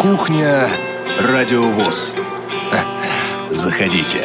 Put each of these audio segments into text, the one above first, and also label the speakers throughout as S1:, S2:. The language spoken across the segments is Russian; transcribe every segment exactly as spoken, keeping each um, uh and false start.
S1: Кухня Радио ВОС. Заходите.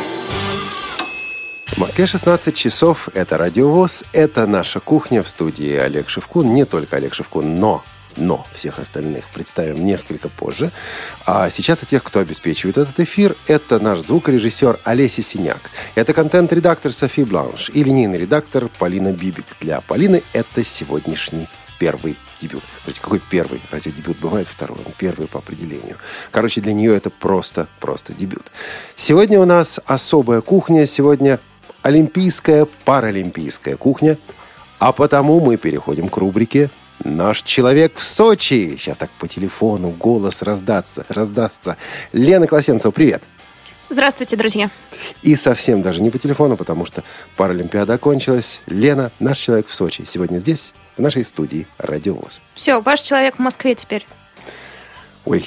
S2: В Москве шестнадцать часов. Это Радио ВОС. Это наша кухня. В студии Олег Шевкун. Не только Олег Шевкун, но... Но всех остальных представим несколько позже. А сейчас о тех, кто обеспечивает этот эфир, это наш звукорежиссер Олеся Синяк. Это контент-редактор Софи Бланш и линейный редактор Полина Бибик. Для Полины это сегодняшний первый дебют. Смотрите, какой первый? Разве дебют бывает второй? Он первый по определению. Короче, для нее это просто, просто дебют. Сегодня у нас особая кухня. Сегодня олимпийская, паралимпийская кухня. А потому мы переходим к рубрике «Наш человек в Сочи». Сейчас так по телефону голос раздастся. раздастся. Лена Колосенцева, привет.
S3: Здравствуйте, друзья.
S2: И совсем даже не по телефону, потому что Паралимпиада окончилась. Лена, наш человек в Сочи. Сегодня здесь, в нашей студии Радио ВОС.
S3: Все, ваш человек в Москве теперь.
S2: Ой.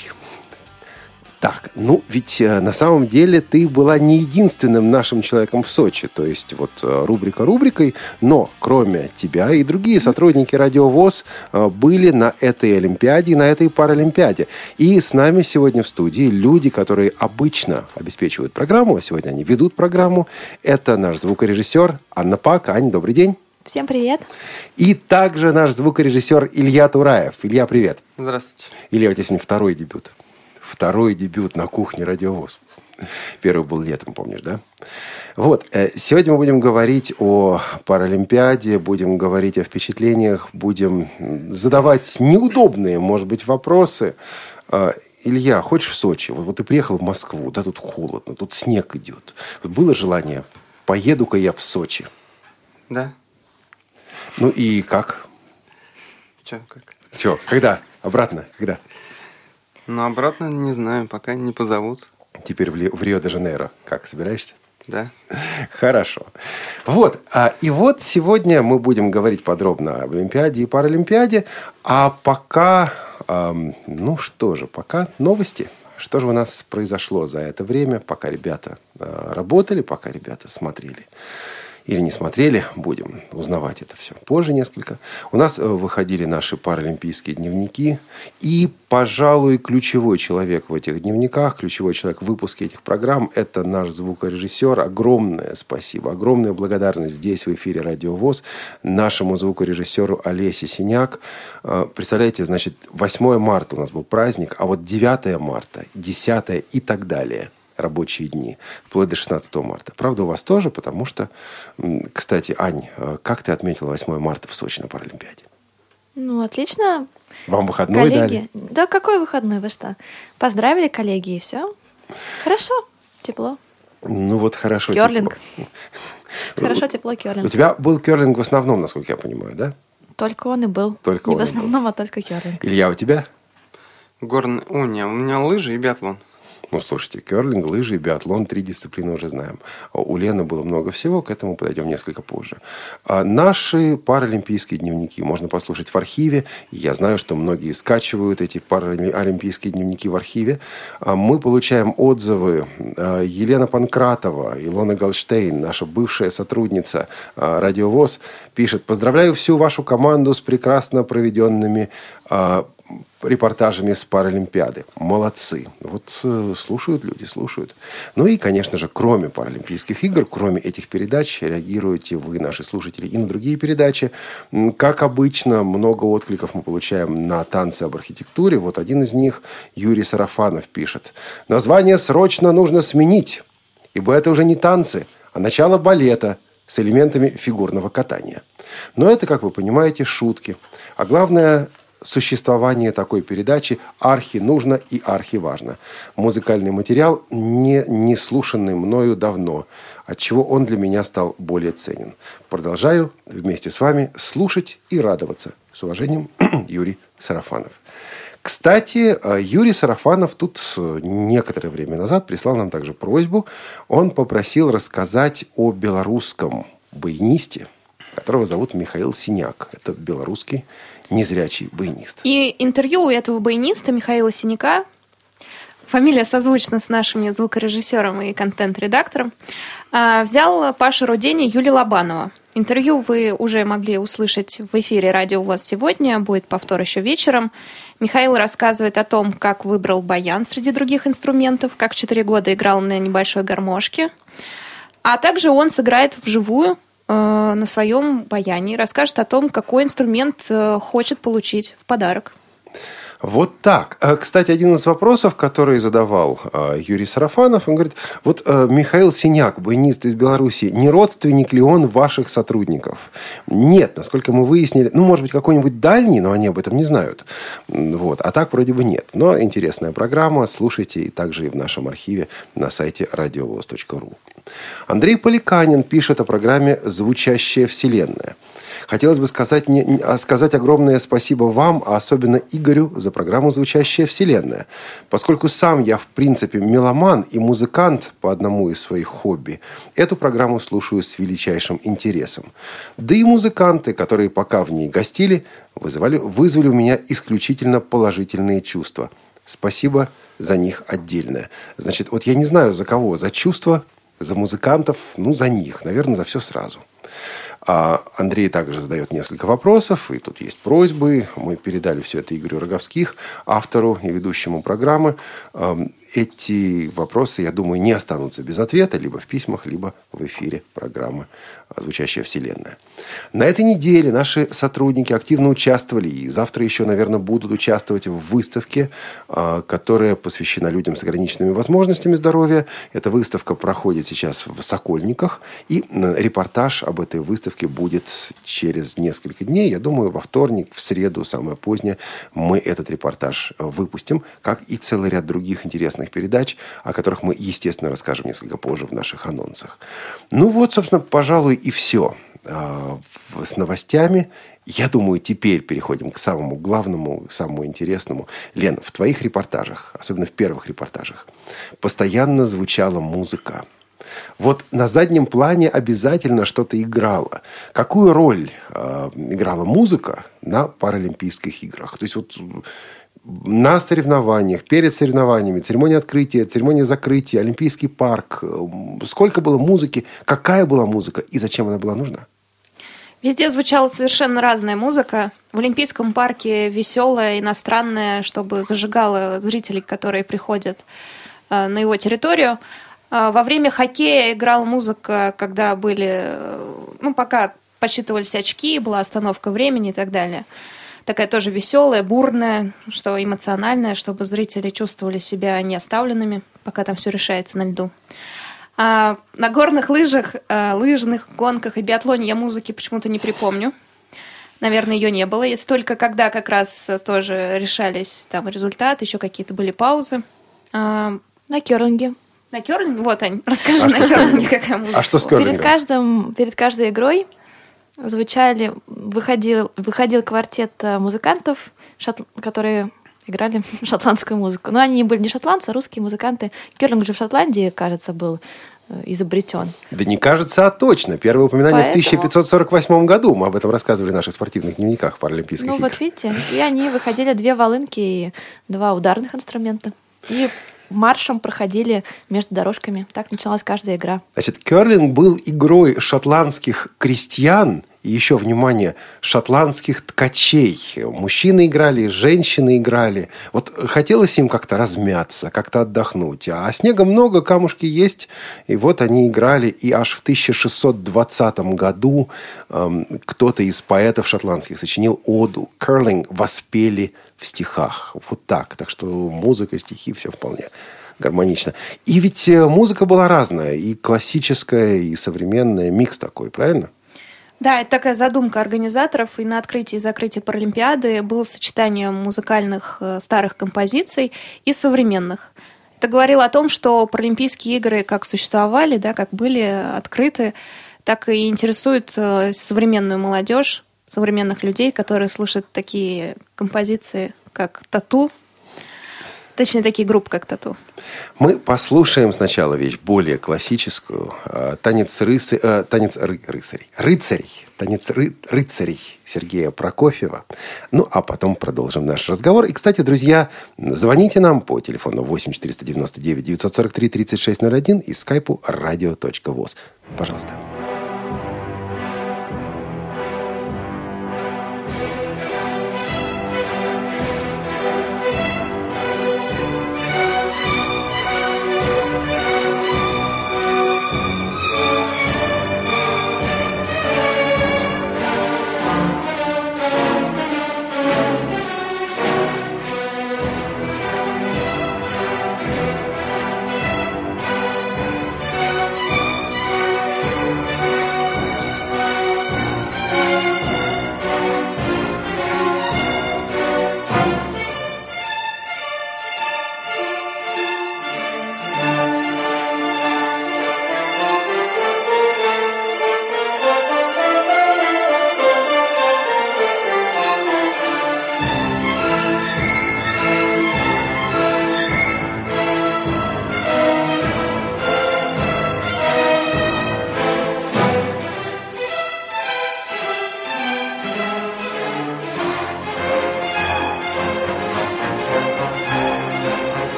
S2: Так, ну ведь на самом деле ты была не единственным нашим человеком в Сочи. То есть вот рубрика рубрикой, но кроме тебя и другие сотрудники Радио ВОС были на этой Олимпиаде и на этой Паралимпиаде. И с нами сегодня в студии люди, которые обычно обеспечивают программу, а сегодня они ведут программу. Это наш звукорежиссер Анна Пак. Ань, добрый день.
S4: Всем привет.
S2: И также наш звукорежиссер Илья Тураев. Илья, привет.
S5: Здравствуйте.
S2: Илья, у тебя сегодня второй дебют. Второй дебют на кухне Радио ВОС. Первый был летом, помнишь, да? Вот. Сегодня мы будем говорить о Паралимпиаде, будем говорить о впечатлениях, будем задавать неудобные, может быть, вопросы. Илья, хочешь в Сочи? Вот, вот ты приехал в Москву, да, тут холодно, тут снег идет. Вот было желание, поеду-ка я в Сочи.
S5: Да.
S2: Ну и как?
S5: Че, как?
S2: Че, когда? Обратно? Когда?
S5: Ну, обратно не знаю, пока не позовут.
S2: Теперь в, Ли- в Рио-де-Жанейро. Как, собираешься?
S5: Да.
S2: Хорошо. Вот. А, и вот сегодня мы будем говорить подробно об Олимпиаде и Паралимпиаде. А пока... Эм, ну что же, пока новости. Что же у нас произошло за это время, пока ребята э, работали, пока ребята смотрели. Или не смотрели, будем узнавать это все позже несколько. У нас выходили наши паралимпийские дневники. И, пожалуй, ключевой человек в этих дневниках, ключевой человек в выпуске этих программ – это наш звукорежиссер. Огромное спасибо, огромная благодарность здесь, в эфире Радио ВОС, нашему звукорежиссеру Олесе Синяк. Представляете, значит, восьмое марта у нас был праздник, а вот девятое марта, десятое и так далее – рабочие дни, вплоть до шестнадцатого марта. Правда, у вас тоже, потому что... Кстати, Ань, как ты отметила восьмое марта в Сочи на Паралимпиаде?
S4: Ну, отлично.
S2: Вам выходной
S4: коллеги...
S2: дали?
S4: Да какой выходной, вы что? Поздравили коллеги, и все. Хорошо, тепло.
S2: Ну, вот хорошо.
S4: Кёрлинг.
S2: Тепло.
S4: Хорошо, тепло, кёрлинг.
S2: У тебя был кёрлинг в основном, насколько я понимаю, да?
S4: Только он и был.
S2: Только
S4: Не
S2: он
S4: в
S2: и
S4: основном, а только кёрлинг.
S2: Илья, у тебя?
S5: Горный... О, не, у меня лыжи и биатлон.
S2: Ну, слушайте, кёрлинг, лыжи, биатлон, три дисциплины уже знаем. У Лены было много всего, к этому подойдем несколько позже. А наши паралимпийские дневники можно послушать в архиве. Я знаю, что многие скачивают эти паралимпийские дневники в архиве. Мы получаем отзывы. Елена Панкратова, Илона Голштейн, наша бывшая сотрудница Радио ВОС, пишет: «Поздравляю всю вашу команду с прекрасно проведенными репортажами с Паралимпиады. Молодцы». Вот э, слушают люди, слушают. Ну и, конечно же, кроме Паралимпийских игр, кроме этих передач, реагируете вы, наши слушатели, и на другие передачи. Как обычно, много откликов мы получаем на танцы об архитектуре. Вот один из них, Юрий Сарафанов, пишет: «Название срочно нужно сменить, ибо это уже не танцы, а начало балета с элементами фигурного катания». Но это, как вы понимаете, шутки. А главное... Существование такой передачи архи нужно и архи важно. Музыкальный материал, не, не слушанный мною давно, отчего он для меня стал более ценен. Продолжаю вместе с вами слушать и радоваться. С уважением, Юрий Сарафанов. Кстати, Юрий Сарафанов тут некоторое время назад прислал нам также просьбу. Он попросил рассказать о белорусском баянисте, которого зовут Михаил Синяк. Это белорусский незрячий баянист.
S3: И интервью у этого баяниста Михаила Синяка, фамилия созвучна с нашими звукорежиссером и контент-редактором, взял Паша Рудени и Юлия Лобанова. Интервью вы уже могли услышать в эфире «Радио ВОС» сегодня, будет повтор еще вечером. Михаил рассказывает о том, как выбрал баян среди других инструментов, как в четыре года играл на небольшой гармошке. А также он сыграет вживую э, на своем баяне и расскажет о том, какой инструмент э, хочет получить в подарок.
S2: Вот так. Кстати, один из вопросов, который задавал Юрий Сарафанов, он говорит, вот Михаил Синяк, баянист из Беларуси, не родственник ли он ваших сотрудников? Нет, насколько мы выяснили, ну, может быть, какой-нибудь дальний, но они об этом не знают. Вот. А так вроде бы нет. Но интересная программа, слушайте, и также и в нашем архиве на сайте радиовос точка ру. Андрей Поликанин пишет о программе «Звучащая вселенная». Хотелось бы сказать, не, сказать огромное спасибо вам, а особенно Игорю, за программу «Звучащая вселенная». Поскольку сам я, в принципе, меломан и музыкант по одному из своих хобби, эту программу слушаю с величайшим интересом. Да и музыканты, которые пока в ней гостили, вызывали, вызвали у меня исключительно положительные чувства. Спасибо за них отдельное. Значит, вот я не знаю, за кого, за чувства, за музыкантов, ну, за них, наверное, за все сразу. А Андрей также задает несколько вопросов, и тут есть просьбы. Мы передали все это Игорю Роговских, автору и ведущему программы. Эти вопросы, я думаю, не останутся без ответа, либо в письмах, либо в эфире программы «Звучащая вселенная». На этой неделе наши сотрудники активно участвовали, и завтра еще, наверное, будут участвовать в выставке, которая посвящена людям с ограниченными возможностями здоровья. Эта выставка проходит сейчас в Сокольниках, и репортаж об этой выставке будет через несколько дней. Я думаю, во вторник, в среду, самое позднее, мы этот репортаж выпустим, как и целый ряд других интересных передач, о которых мы, естественно, расскажем несколько позже в наших анонсах. Ну вот, собственно, пожалуй, и все с новостями. Я думаю, теперь переходим к самому главному, самому интересному. Лен, в твоих репортажах, особенно в первых репортажах, постоянно звучала музыка. Вот на заднем плане обязательно что-то играло. Какую роль э, играла музыка на Паралимпийских играх? То есть вот на соревнованиях, перед соревнованиями, церемония открытия, церемония закрытия, Олимпийский парк. Сколько было музыки, какая была музыка и зачем она была нужна?
S3: Везде звучала совершенно разная музыка. В Олимпийском парке веселая, иностранная, чтобы зажигала зрителей, которые приходят э, на его территорию. Э, во время хоккея играла музыка, когда были, ну, пока подсчитывались очки, была остановка времени и так далее. Такая тоже веселая, бурная, что эмоциональная, чтобы зрители чувствовали себя не оставленными, пока там все решается на льду. А на горных лыжах, лыжных гонках и биатлоне я музыки почему-то не припомню. Наверное, ее не было. Если только когда как раз тоже решались там результаты, еще какие-то были паузы.
S4: На керлинге.
S3: На керлинге? Вот, Ань, расскажи
S2: а
S3: на керлинге, какая музыка.
S2: А что с керлингом?
S4: Перед, каждым, перед каждой игрой звучали, выходил, выходил квартет музыкантов, шот, которые играли шотландскую музыку. Но они не были не шотландцы, а русские музыканты. Керлинг же в Шотландии, кажется, был изобретен.
S2: Да не кажется, а точно. Первое упоминание
S4: Поэтому...
S2: в тысяча пятьсот сорок восьмом году. Мы об этом рассказывали в наших спортивных дневниках Паралимпийских
S4: ну,
S2: игр.
S4: Ну вот видите, и они выходили две волынки и два ударных инструмента. И маршем проходили между дорожками. Так началась каждая игра.
S2: Значит, керлинг был игрой шотландских крестьян и еще, внимание, шотландских ткачей. Мужчины играли, женщины играли. Вот хотелось им как-то размяться, как-то отдохнуть. А снега много, камушки есть. И вот они играли. И аж в тысяча шестьсот двадцатом году эм, кто-то из поэтов шотландских сочинил оду. Керлинг воспели в стихах. Вот так. Так что музыка, стихи, все вполне гармонично. И ведь музыка была разная. И классическая, и современная. Микс такой, правильно?
S3: Да, это такая задумка организаторов. И на открытии и закрытии Паралимпиады было сочетание музыкальных старых композиций и современных. Это говорило о том, что Паралимпийские игры как существовали, да, как были открыты, так и интересуют современную молодежь, современных людей, которые слушают такие композиции, как «Тату». Точнее, такие группы, как «Тату».
S2: Мы послушаем сначала вещь более классическую. Танец, рысы... Танец ры... рыцарей. Рыцарей. Танец ры... рыцарей Сергея Прокофьева. Ну, а потом продолжим наш разговор. И, кстати, друзья, звоните нам по телефону восемь четыреста девяносто девять девятьсот сорок три тридцать шесть ноль один и скайпу радио точка воз. Пожалуйста.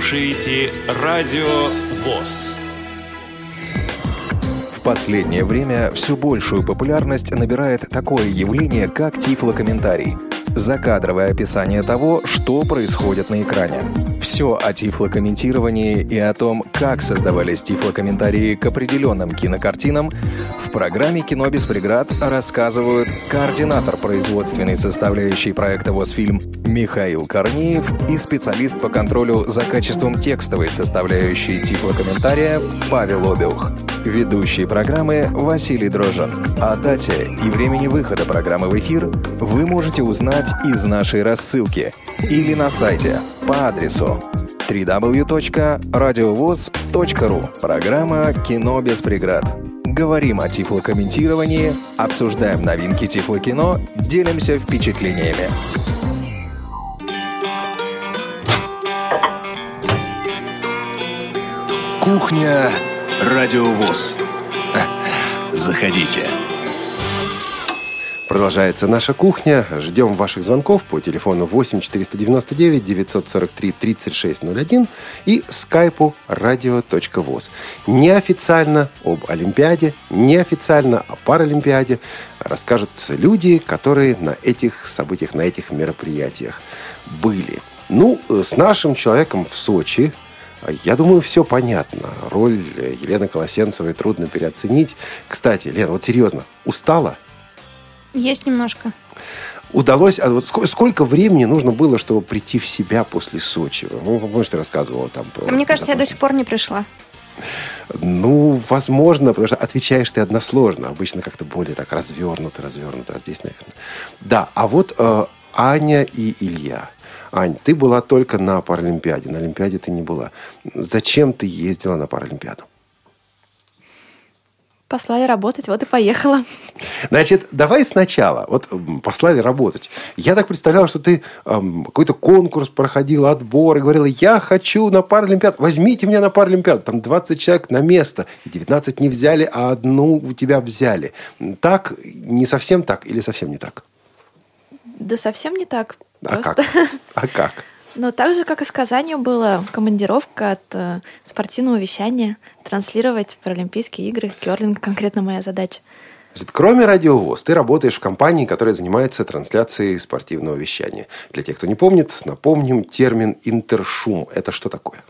S1: слушаете Радио ВОС.
S6: В последнее время все большую популярность набирает такое явление, как тифлокомментарий. Закадровое описание того, что происходит на экране. Все о тифлокомментировании и о том, как создавались тифлокомментарии к определенным кинокартинам, в программе «Кино без преград» рассказывают координатор производственной составляющей проекта «Восфильм» Михаил Корнеев и специалист по контролю за качеством текстовой составляющей тифлокомментария Павел Обиух. Ведущий программы Василий Дрожжин. О дате и времени выхода программы в эфир вы можете узнать из нашей рассылки или на сайте по адресу дабл ю дабл ю дабл ю точка радиовос точка ру. Программа «Кино без преград». Говорим о тифлокомментировании, обсуждаем новинки тифлокино, делимся впечатлениями.
S1: Кухня Радио ВОС. Заходите.
S2: Продолжается наша кухня. Ждем ваших звонков по телефону восемь четыреста девяносто девять девятьсот сорок три тридцать шесть ноль один и скайпу радио точка вос. Неофициально об Олимпиаде, неофициально о Паралимпиаде расскажут люди, которые на этих событиях, на этих мероприятиях были. Ну, с нашим человеком в Сочи, я думаю, все понятно. Роль Елены Колосенцевой трудно переоценить. Кстати, Лена, вот серьезно, устала?
S3: Есть немножко.
S2: Удалось... А вот сколько, сколько времени нужно было, чтобы прийти в себя после Сочи? Ну, помнишь, ты рассказывала там...
S3: А мне кажется, я до сих пор не пришла.
S2: Ну, возможно, потому что отвечаешь ты односложно. Обычно как-то более так развернуто, развернуто. А здесь, наверное... Да, а вот э, Аня и Илья. Ань, ты была только на Паралимпиаде. На Олимпиаде ты не была. Зачем ты ездила на Паралимпиаду?
S4: Послали работать, вот и поехала.
S2: Значит, давай сначала. Вот послали работать. Я так представляла, что ты эм, какой-то конкурс проходила, отбор, и говорила, я хочу на Паралимпиаду. Возьмите меня на Паралимпиаду. Там двадцать человек на место. И девятнадцать не взяли, а одну у тебя взяли. Так? Не совсем так или совсем не так?
S4: Да совсем не так.
S2: А
S4: Просто...
S2: как? А как?
S4: Но так же, как и с Казанью, была командировка от э, спортивного вещания транслировать Паралимпийские игры. Кёрлинг конкретно моя задача.
S2: Значит, кроме Радио ВОС, ты работаешь в компании, которая занимается трансляцией спортивного вещания. Для тех, кто не помнит, напомним термин «интершум». Это что такое?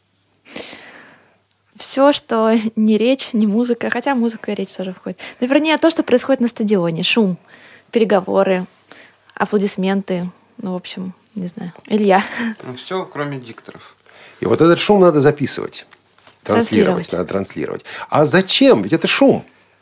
S4: Все, что не речь, не музыка, хотя музыка и речь тоже входит. Но, вернее, то, что происходит на стадионе. Шум, переговоры, аплодисменты. Ну, в общем, не знаю. Илья.
S5: Ну, все, кроме дикторов.
S2: И вот этот шум надо записывать. Транслировать.
S4: Транслировать.
S2: Надо транслировать. А зачем? Ведь это шум.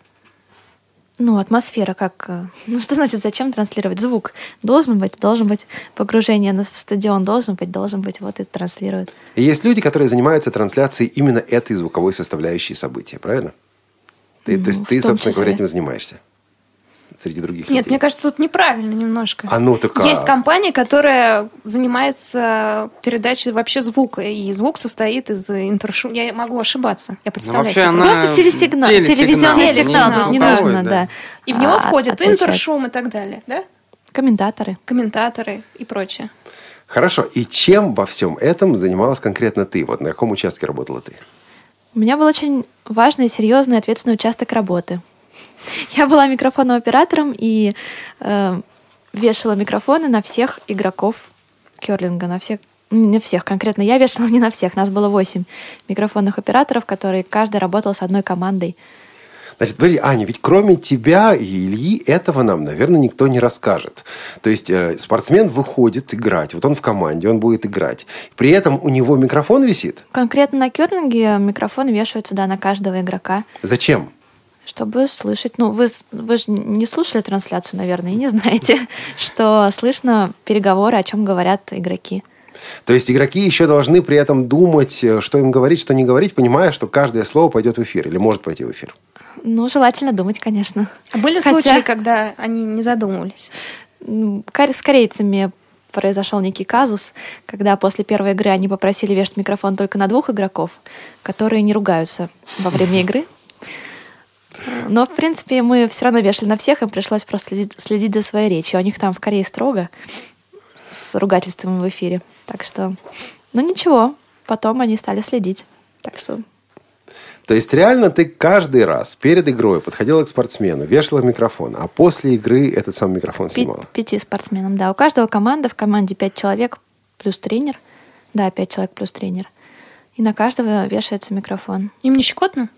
S4: Ну, атмосфера как... Ну, что значит, зачем транслировать? Звук должен быть, должен быть погружение на стадион, должен быть, должен быть, вот и транслируют.
S2: И есть люди, которые занимаются трансляцией именно этой звуковой составляющей события, правильно? Ты,
S4: Ну,
S2: то есть
S4: в
S2: ты,
S4: том
S2: собственно говоря,
S4: числе.
S2: этим занимаешься. Среди других
S3: Нет,
S2: людей.
S3: мне кажется, тут неправильно немножко.
S2: А ну так
S3: Есть
S2: а?
S3: компания, которая занимается передачей вообще звука, и звук состоит из интершума. Я могу ошибаться, я представляю
S5: вообще
S3: себе.
S5: она-
S4: Просто телесигнал,
S5: телесигнал,
S4: телевизионный
S3: не
S4: сигнал, тут не
S5: звуковой,
S4: нужно,
S5: да.
S4: да.
S3: И в него
S4: А,
S3: входит
S4: отвечать.
S3: интершум и так далее, да?
S4: Комментаторы.
S3: Комментаторы и прочее.
S2: Хорошо. И чем во всем этом занималась конкретно ты? Вот на каком участке работала ты?
S4: У меня был очень важный, серьезный, ответственный участок работы. Я была микрофонным оператором и э, вешала микрофоны на всех игроков кёрлинга, на всех, не всех, конкретно я вешала не на всех, нас было восемь микрофонных операторов, которые каждый работал с одной командой.
S2: Значит, смотри, Аня, ведь кроме тебя и Ильи этого нам, наверное, никто не расскажет. То есть э, спортсмен выходит играть, вот он в команде, он будет играть. При этом у него микрофон висит.
S4: Конкретно на кёрлинге микрофоны вешаются, да, на каждого игрока.
S2: Зачем?
S4: Чтобы слышать, ну, вы, вы же не слушали трансляцию, наверное, и не знаете, что слышно переговоры, о чем говорят игроки.
S2: То есть игроки еще должны при этом думать, что им говорить, что не говорить, понимая, что каждое слово пойдет в эфир или может пойти в эфир.
S4: Ну, желательно думать, конечно.
S3: А были
S4: Хотя-
S3: случаи, когда они не задумывались?
S4: М, кор- С корейцами произошел некий казус, когда после первой игры они попросили вешать микрофон только на двух игроков, которые не ругаются во время игры. Но, в принципе, мы все равно вешали на всех, им пришлось просто следить, следить за своей речью. У них там в Корее строго с ругательством в эфире. Так что, ну ничего. потом они стали следить. Так что...
S2: То есть реально ты каждый раз перед игрой подходила к спортсмену, вешала микрофон, а после игры этот самый микрофон снимала?
S4: Пи- пяти спортсменам, да. У каждого команда, в команде пять человек плюс тренер. Да, пять человек плюс тренер. И на каждого вешается микрофон.
S3: Им не щекотно?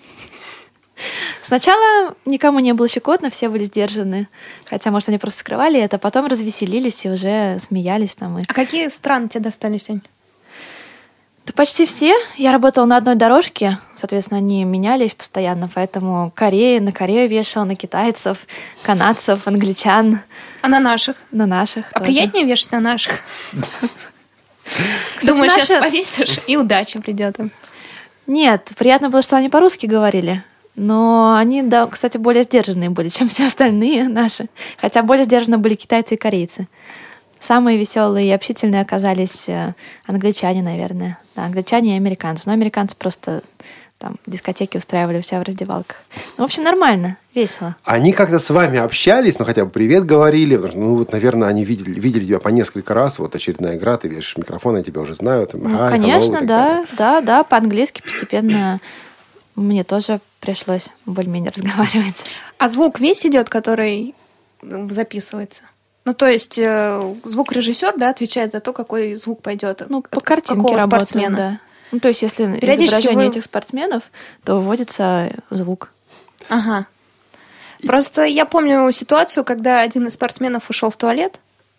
S4: Сначала никому не было щекотно, все были сдержаны. Хотя, может, они просто скрывали это, потом развеселились и уже смеялись там. И...
S3: А какие страны тебе достались, Ань?
S4: Да почти все. Я работала на одной дорожке, соответственно, они менялись постоянно, поэтому Корея, на Корею вешала, на китайцев, канадцев, англичан.
S3: А на наших?
S4: На наших
S3: А
S4: тоже.
S3: приятнее вешать на наших?
S4: Кстати,
S3: Думаю,
S4: наши-
S3: сейчас повесишь, и удача придет им.
S4: Нет, приятно было, что они по-русски говорили. Но они, да, кстати, более сдержанные были, чем все остальные наши. Хотя более сдержанные были китайцы и корейцы. Самые веселые и общительные оказались э, англичане, наверное. Да, англичане и американцы. Но американцы просто там дискотеки устраивали у себя в раздевалках. Ну, в общем, нормально, весело.
S2: Они как-то с вами общались, ну, хотя бы привет говорили. Ну, вот, наверное, они видели, видели тебя по несколько раз. Вот очередная игра, ты вешаешь микрофон, они тебя уже знают. Там,
S4: Ну,
S2: «Hi,
S4: конечно,
S2: hello» и так
S4: да,
S2: далее.
S4: да, да, по-английски постепенно мне тоже пришлось более-менее разговаривать.
S3: А звук весь идет, который ну, записывается? Ну, то есть э, звукорежиссер, да, отвечает за то, какой звук пойдет.
S4: Ну, по
S3: от
S4: картинке
S3: какого
S4: работаем,
S3: спортсмена.
S4: да. Ну, то есть, если
S3: Периодически
S4: изображение
S3: вы-
S4: этих спортсменов, то выводится звук.
S3: Ага. Просто я помню ситуацию, когда один из спортсменов ушел в туалет.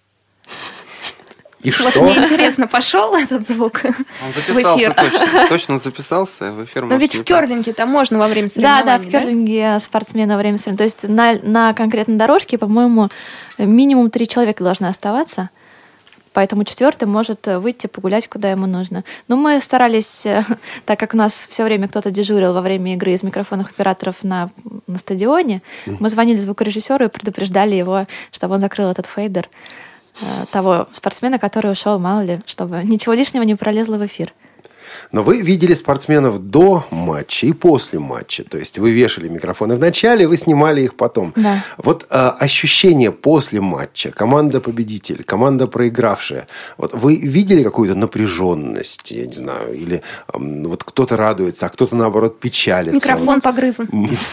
S2: И
S3: Вот
S2: что?
S3: мне интересно, пошел этот звук
S5: Он
S3: в
S5: записался
S3: эфир?
S5: точно. Точно записался в эфир.
S3: Но
S5: может,
S3: ведь
S5: не
S3: в керлинге там можно во время
S4: Да,
S3: соревнований,
S4: да, в керлинге спортсмены во время соревнований. То есть на, на конкретной дорожке, по-моему, минимум три человека должны оставаться. Поэтому четвертый может выйти погулять, куда ему нужно. Но мы старались, э, так как у нас все время кто-то дежурил во время игры из микрофонных операторов на, на стадионе, мы звонили звукорежиссеру и предупреждали его, чтобы он закрыл этот фейдер э, того спортсмена, который ушел, мало ли, чтобы ничего лишнего не пролезло в эфир.
S2: Но вы видели спортсменов до матча и после матча. То есть вы вешали микрофоны в начале, вы снимали их потом.
S4: Да.
S2: Вот а, ощущение после матча, команда победитель, команда проигравшая. Вот вы видели какую-то напряженность, я не знаю, или ам, вот кто-то радуется, а кто-то наоборот печалится.
S3: Микрофон погрызан.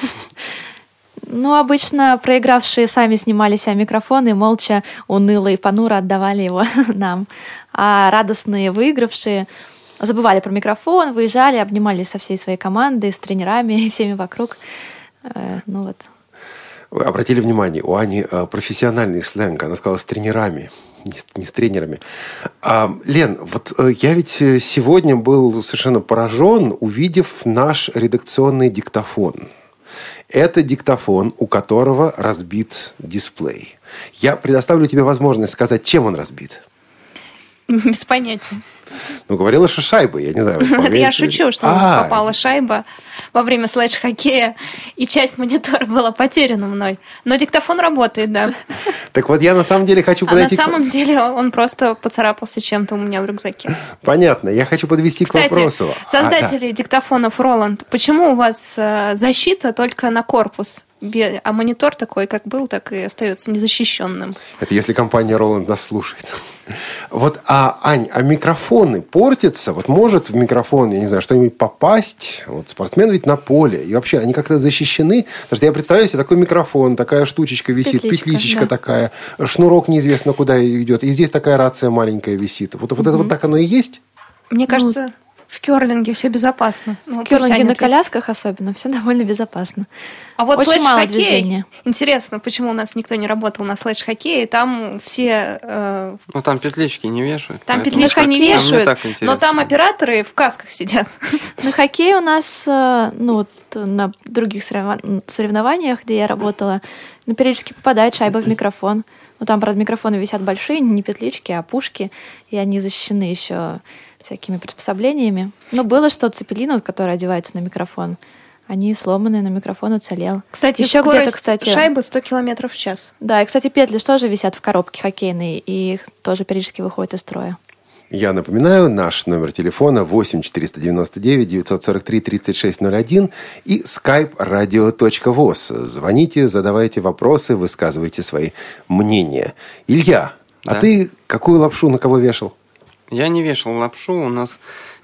S4: Ну, обычно проигравшие сами снимали себе микрофон и молча, уныло и понуро отдавали его нам. А радостные выигравшие забывали про микрофон, выезжали, обнимались со всей своей командой, с тренерами и всеми вокруг. Э, Ну вот.
S2: Вы обратили внимание, у Ани а, профессиональный сленг. Она сказала с тренерами, не с, не с тренерами. А, Лен, вот э, я ведь сегодня был совершенно поражен, увидев наш редакционный диктофон. Это диктофон, у которого разбит дисплей. Я предоставлю тебе возможность сказать, чем он разбит.
S3: Без понятия.
S2: Ну, говорила, что шайбой, я не знаю.
S3: Это
S2: поверите
S3: я
S2: ли.
S3: шучу, что
S2: А,
S3: попала шайба во время слэдж-хоккея, и часть монитора была потеряна мной. Но диктофон работает, да.
S2: Так вот, я на самом деле хочу
S3: А на
S2: подойти... к-
S3: самом деле он просто поцарапался чем-то у меня в рюкзаке.
S2: Понятно, я хочу подвести к
S3: Кстати,
S2: вопросу. А,
S3: создатели диктофонов Roland, почему у вас э, защита только на корпус? Бе- А монитор такой, как был, так и остается незащищенным.
S2: да. Это если компания Roland нас слушает. Вот, а, Ань, а микрофоны портятся? Вот может в микрофон, я не знаю, что-нибудь попасть? Вот спортсмен ведь на поле. И вообще, они как-то защищены? Потому что я представляю себе такой микрофон, такая штучечка висит,
S4: Петличка,
S2: петличечка
S4: да.
S2: такая, шнурок неизвестно куда идет. И здесь такая рация маленькая висит. Вот, вот это вот так оно и есть?
S3: Мне кажется, в керлинге все безопасно. Ну,
S4: В
S3: пусть
S4: керлинге
S3: Аня
S4: на
S3: ответит.
S4: колясках особенно все довольно безопасно.
S3: А вот
S4: Очень мало
S3: слэдж-хоккей,
S4: движения.
S3: интересно, почему у нас никто не работал на слэдж-хоккее, там все... э,
S5: Ну, там петлички не вешают.
S3: там
S5: поэтому
S3: петлички
S5: так-
S3: не
S5: там мне
S3: вешают,
S5: так
S3: но
S5: интересно.
S3: там операторы в касках сидят.
S4: На хоккее у нас, э, ну, вот на других соревнова- соревнованиях, где я работала, ну, периодически попадает шайба в микрофон. Ну, там, правда, микрофоны висят большие, не петлички, а пушки, и они защищены еще всякими приспособлениями. Но было, что цепелины, вот, которые одеваются на микрофон, они сломаны, но микрофон уцелел.
S3: Кстати,
S4: Еще
S3: скорость
S4: где-то, кстати,
S3: шайбы сто километров в час.
S4: Да, и, кстати, петли же тоже висят в коробке хоккейной, и их тоже периодически выходят из строя.
S2: Я напоминаю, наш номер телефона восемь четыреста девяносто девять девятьсот сорок три тридцать шесть ноль один и skype radio точка voz. Звоните, задавайте вопросы, высказывайте свои мнения. Илья, а
S5: Да.
S2: ты какую лапшу на кого вешал?
S5: Я не вешал лапшу, у нас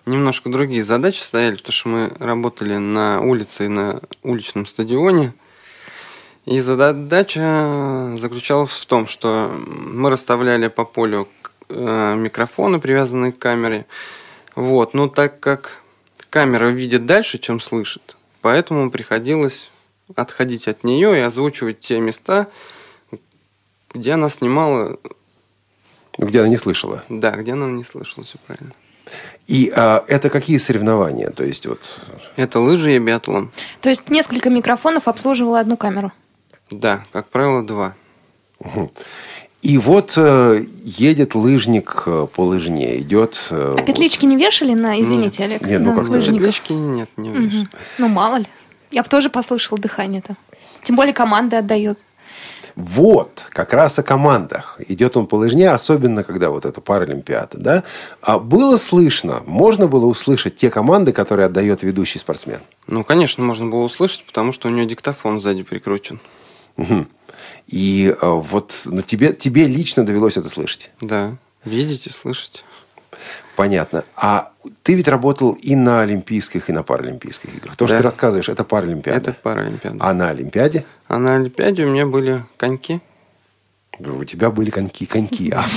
S5: немножко другие задачи стояли, потому что мы работали на улице и на уличном стадионе. И задача заключалась в том, что мы расставляли по полю микрофоны, привязанные к камере. Вот. Но так как камера видит дальше, чем слышит, поэтому приходилось отходить от нее и озвучивать те места, где она снимала.
S2: Где она не слышала.
S5: Да, где она не слышала, все правильно.
S2: И а, это какие соревнования? То есть вот...
S5: Это лыжи и биатлон.
S3: То есть несколько микрофонов обслуживало одну камеру?
S5: Да, как правило, два.
S2: Угу. И вот э, едет лыжник э, по лыжне, идет... Э,
S3: а петлички не вешали на, извините,
S5: нет.
S3: Олег?
S2: Нет, ну
S3: на
S2: как-то...
S3: лыжников?
S5: Петлички нет, не вешали.
S3: Угу. Ну, мало ли. Я бы тоже послушала дыхание-то. Тем более команды отдают.
S2: Вот, как раз о командах. Идет он по лыжне, особенно когда вот это Паралимпиада, да? А было слышно, можно было услышать те команды, которые отдает ведущий спортсмен?
S5: Ну, конечно, можно было услышать, потому что у него диктофон сзади прикручен.
S2: Угу. И а, вот ну, тебе, тебе лично довелось это слышать?
S5: Да, видите, слышите.
S2: Понятно. А ты ведь работал и на Олимпийских, и на Паралимпийских играх. То,
S5: да.
S2: что ты рассказываешь, это Паралимпиада.
S5: Это Паралимпиада.
S2: А на Олимпиаде?
S5: А на Олимпиаде у меня были коньки.
S2: У тебя были коньки, коньки. А.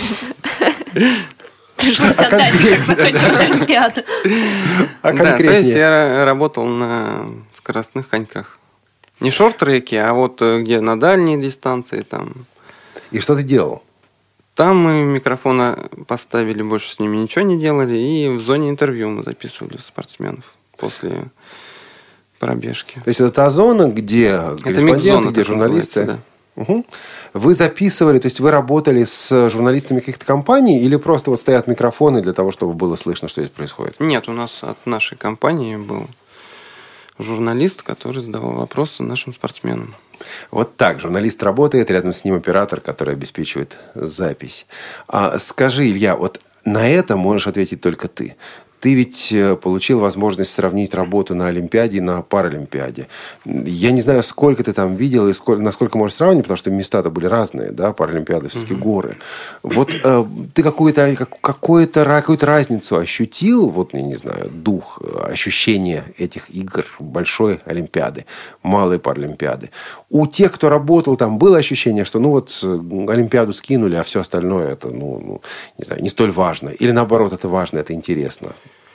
S3: Пришлось отдать, как закончилась Олимпиада.
S2: А
S5: Да, то есть
S2: конкретнее?
S5: я работал на скоростных коньках. Не шорт-треки, а вот где на дальние дистанции там.
S2: И что ты делал?
S5: Там мы микрофона поставили, больше с ними ничего не делали. И в зоне интервью мы записывали спортсменов после пробежки.
S2: То есть это та зона, где корреспонденты, где журналисты.
S5: Да.
S2: Угу. Вы записывали, то есть вы работали с журналистами каких-то компаний или просто вот стоят микрофоны для того, чтобы было слышно, что здесь происходит?
S5: Нет, у нас от нашей компании был журналист, который задавал вопросы нашим спортсменам.
S2: Вот так. Журналист работает, рядом с ним оператор, который обеспечивает запись. А скажи, Илья, вот на это можешь ответить только ты. Ты ведь получил возможность сравнить работу на Олимпиаде и на Паралимпиаде. Я не знаю, сколько ты там видел и сколько, насколько можешь сравнить, потому что места-то были разные, да, Паралимпиада все-таки угу. горы. Вот э, ты какую-то, как, какую-то, какую-то разницу ощутил, вот, я не знаю, дух, ощущение этих игр, большой Олимпиады, малой Паралимпиады. У тех, кто работал там, было ощущение, что, ну, вот, Олимпиаду скинули, а все остальное, это, ну, ну не знаю, не столь важно. Или, наоборот, это важно, это интересно.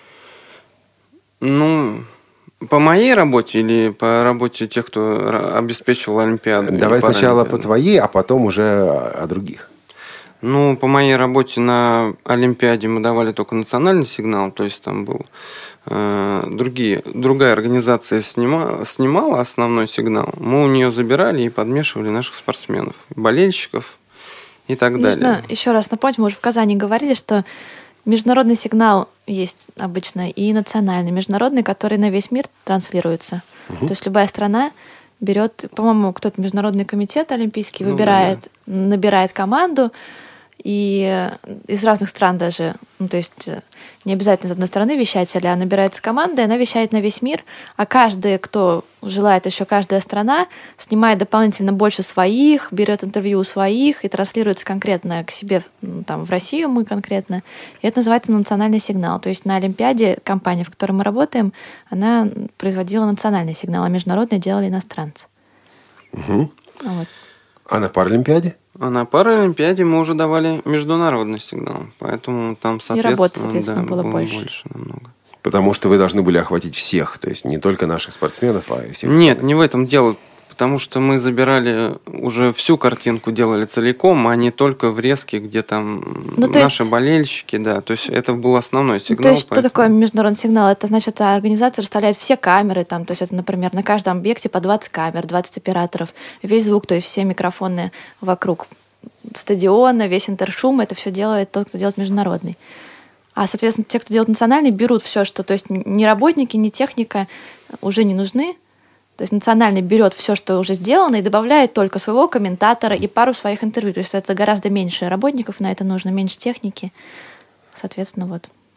S5: Ну, по моей работе или по работе тех, кто обеспечивал Олимпиаду?
S2: Давай сначала по твоей, а потом уже о других.
S5: Ну, по моей работе на Олимпиаде мы давали только национальный сигнал, то есть там был э, другие, другая организация снима, снимала основной сигнал, мы у нее забирали и подмешивали наших спортсменов, болельщиков и так Нужно далее.
S4: Нужно еще раз напомнить, мы уже в Казани говорили, что международный сигнал есть обычно и национальный. Международный, который на весь мир транслируется. Угу. То есть любая страна берет, по-моему, кто-то международный комитет олимпийский ну, выбирает, да. набирает команду, и из разных стран даже, ну, то есть не обязательно из одной страны вещателя, а набирается команда, и она вещает на весь мир, а каждый, кто желает, еще каждая страна, снимает дополнительно больше своих, берет интервью у своих и транслируется конкретно к себе, ну, там, в Россию мы конкретно, и это называется национальный сигнал. То есть на Олимпиаде компания, в которой мы работаем, она производила национальный сигнал, а международный делали иностранцы.
S2: Угу.
S4: Вот.
S2: А на Паралимпиаде?
S5: А на Паралимпиаде мы уже давали международный сигнал, поэтому там, соответственно,
S4: и работы, соответственно,
S5: да,
S4: было,
S5: было
S4: больше.
S5: больше намного.
S2: Потому что вы должны были охватить всех, то есть не только наших спортсменов, а и всех.
S5: Нет,
S2: остальных.
S5: не в этом дело, потому что мы забирали уже всю картинку, делали целиком, а не только врезки, где там
S4: ну,
S5: наши
S4: есть...
S5: болельщики, да, то есть это был основной сигнал.
S4: Ну, то есть
S5: поэтому...
S4: что такое международный сигнал? Это значит, организация расставляет все камеры, там, то есть это, например, на каждом объекте по двадцать камер, двадцать операторов, весь звук, то есть все микрофоны вокруг стадиона, весь интершум, это все делает тот, кто делает международный. А, соответственно, те, кто делает национальный, берут все, что, то есть ни работники, ни техника уже не нужны. То есть национальный берет все, что уже сделано, и добавляет только своего комментатора и пару своих интервью. То есть это гораздо меньше работников, на это нужно меньше техники. Соответственно, вот.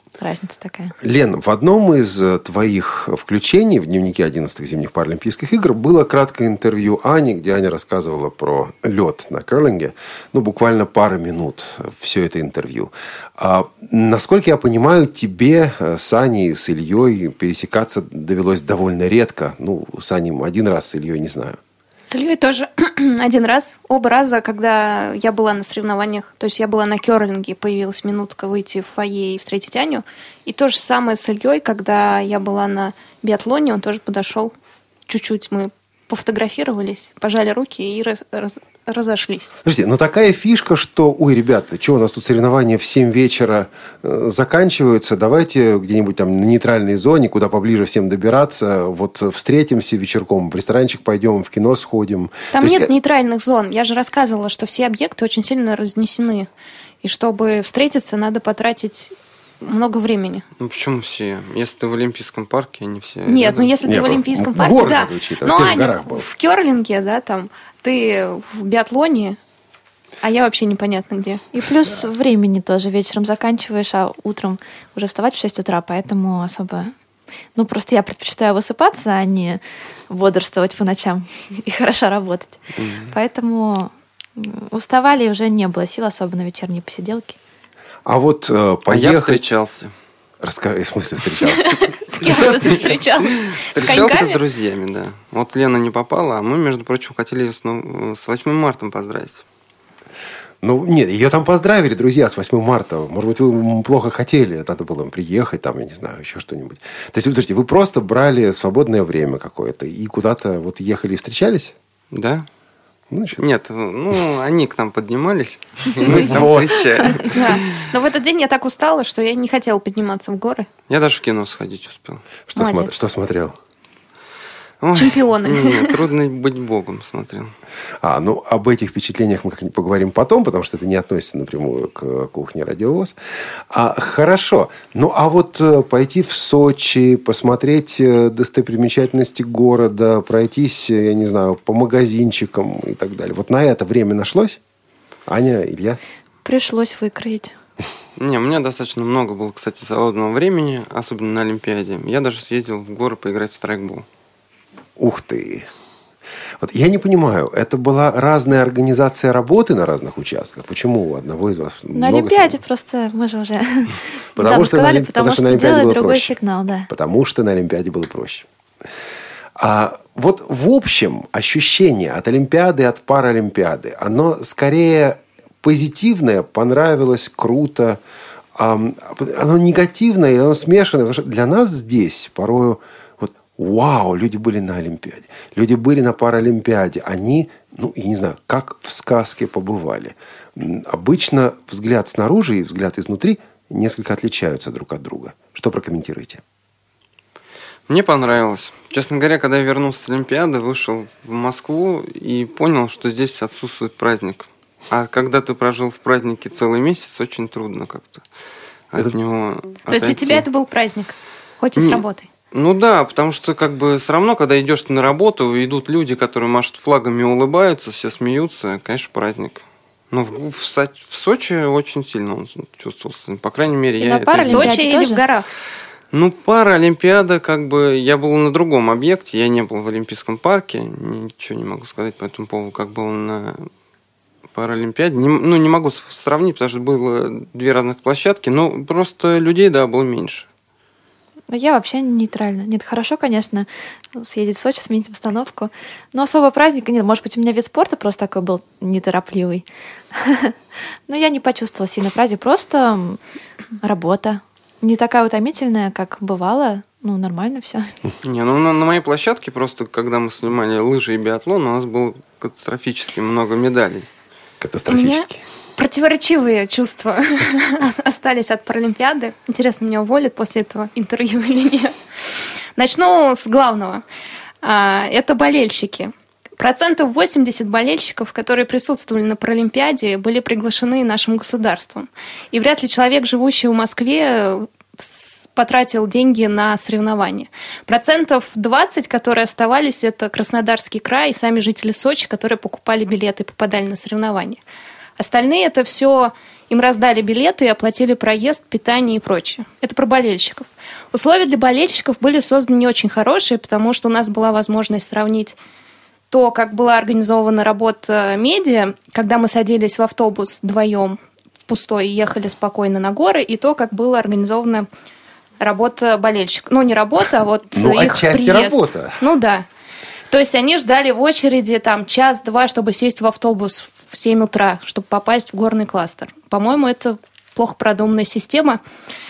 S4: разница такая.
S2: Лен, в одном из твоих включений в дневнике одиннадцатых зимних Паралимпийских игр было краткое интервью Ани, где Аня рассказывала про лед на керлинге. Ну, буквально пара минут все это интервью. А, насколько я понимаю, тебе с Аней, с Ильей пересекаться довелось довольно редко. Ну, с Аней один раз, с Ильей не знаю.
S3: С Ильей тоже один раз. Оба раза, когда я была на соревнованиях. То есть я была на керлинге, появилась минутка выйти в фойе и встретить Аню. И то же самое с Ильей, когда я была на биатлоне, он тоже подошел. Чуть-чуть мы пофотографировались, пожали руки и раз, раз, разошлись.
S2: Слушайте, ну такая фишка, что, ой, ребята, что у нас тут соревнования в семь вечера э, заканчиваются, давайте где-нибудь там на нейтральной зоне, куда поближе всем добираться, вот встретимся вечерком, в ресторанчик пойдем, в кино сходим.
S3: Там
S2: То
S3: нет
S2: есть...
S3: нейтральных зон. Я же рассказывала, что все объекты очень сильно разнесены. И чтобы встретиться, надо потратить много времени.
S5: Ну почему все? Если ты в Олимпийском парке, они все...
S3: Нет,
S5: рядом.
S3: ну если ты
S2: Нет,
S3: в Олимпийском
S2: в
S3: парке,
S2: городе
S3: да.
S2: надо учитывать,
S3: Но
S2: ты же в
S3: Аня
S2: горах был.
S3: в керлинге, да, там, ты в биатлоне, а я вообще непонятно где.
S4: И плюс времени тоже. Вечером заканчиваешь, а утром уже вставать в шесть утра, поэтому особо... Ну, просто я предпочитаю высыпаться, а не бодрствовать по ночам и хорошо работать. Mm-hmm. Поэтому уставали, и уже не было сил особо на вечерние посиделки.
S2: А вот э, поехать...
S5: А я встречался.
S2: Расскажи, в смысле встречался?
S3: С кем ты встречалась?
S5: Встречался с друзьями, да. Вот Лена не попала, а мы, между прочим, хотели ее с восьмым марта поздравить.
S2: Ну, нет, ее там поздравили, друзья, с восьмым марта. Может быть, вы плохо хотели, надо было приехать, там, я не знаю, еще что-нибудь. То есть, подождите, вы просто брали свободное время какое-то и куда-то вот ехали и встречались?
S5: Да.
S2: Ну, значит...
S5: Нет, ну, они к нам поднимались, и мы их там встречали.
S3: Да. Но в этот день я так устала, что я не хотела подниматься в горы.
S5: Я даже в кино сходить успел.
S2: Что, смо... что смотрел?
S5: Ой,
S3: Чемпионы.
S5: Нет, трудно быть богом смотрел.
S2: А, ну, об этих впечатлениях мы как-нибудь поговорим потом, потому что это не относится напрямую к кухне Радио ВОС. А, хорошо. Ну, а вот пойти в Сочи, посмотреть достопримечательности города, пройтись, я не знаю, по магазинчикам и так далее. Вот на это время нашлось? Аня, Илья?
S4: Пришлось выкроить.
S5: Не, у меня достаточно много было, кстати, свободного времени, особенно на Олимпиаде. Я даже съездил в горы поиграть в страйкбол.
S2: Ух ты! Вот я не понимаю, это была разная организация работы на разных участках? Почему у одного из вас
S4: на
S2: много
S4: Олимпиаде
S2: сил?
S4: Просто мы же уже
S2: потому что
S4: сказали,
S2: на,
S4: потому, потому что,
S2: что на Олимпиаде
S4: делали
S2: было
S4: другой
S2: проще.
S4: сигнал, да.
S2: Потому что на Олимпиаде было проще. А вот в общем ощущение от Олимпиады и от Паралимпиады, оно скорее позитивное, понравилось, круто. Оно негативное, оно смешанное. Потому что для нас здесь порою вот, вау, люди были на Олимпиаде. Люди были на Паралимпиаде. Они, ну, я не знаю, как в сказке побывали. Обычно взгляд снаружи и взгляд изнутри несколько отличаются друг от друга. Что прокомментируете?
S5: Мне понравилось. Честно говоря, когда я вернулся с Олимпиады, вышел в Москву и понял, что здесь отсутствует праздник. А когда ты прожил в празднике целый месяц, очень трудно как-то от это... него отойти.
S3: То есть для тебя это был праздник, хоть и с
S5: Не...
S3: работой?
S5: Ну да, потому что как бы все равно, когда идешь на работу, идут люди, которые машут флагами, улыбаются, все смеются, конечно, праздник. Но в, в, в Сочи очень сильно он чувствовался. По крайней мере,
S4: и
S5: я
S4: на
S5: это...
S3: В Сочи или в горах?
S5: Ну, Паралимпиада, как бы, я был на другом объекте, я не был в Олимпийском парке, ничего не могу сказать по этому поводу, как был на Паралимпиаде. Не, ну, не могу сравнить, потому что было две разных площадки, но просто людей, да, было меньше.
S4: Я вообще нейтральна. Нет, хорошо, конечно, съездить в Сочи, сменить обстановку. Но особо праздника нет. Может быть, у меня вид спорта просто такой был неторопливый. Но я не почувствовала сильно праздник. Просто работа. Не такая утомительная, как бывало. Ну, нормально все.
S5: Не, ну на, на моей площадке просто, когда мы снимали лыжи и биатлон, у нас было катастрофически много медалей.
S2: Катастрофически.
S3: Противоречивые чувства остались от Паралимпиады. Интересно, меня уволят после этого интервью или нет. Начну с главного. Это болельщики. Процентов восемьдесят болельщиков, которые присутствовали на Паралимпиаде, были приглашены нашим государством. И вряд ли человек, живущий в Москве, потратил деньги на соревнования. Процентов двадцать, которые оставались, это Краснодарский край и сами жители Сочи, которые покупали билеты и попадали на соревнования. Остальные — это все Им раздали билеты и оплатили проезд, питание и прочее. Это про болельщиков. Условия для болельщиков были созданы не очень хорошие, потому что у нас была возможность сравнить то, как была организована работа медиа, когда мы садились в автобус вдвоем пустой и ехали спокойно на горы, и то, как была организована работа болельщиков. Ну, не работа, а вот
S2: ну,
S3: их
S2: отчасти
S3: приезд.
S2: Работа.
S3: Ну, да. То есть они ждали в очереди там час-два, чтобы сесть в автобус в семь утра, чтобы попасть в горный кластер. По-моему, это плохо продуманная система.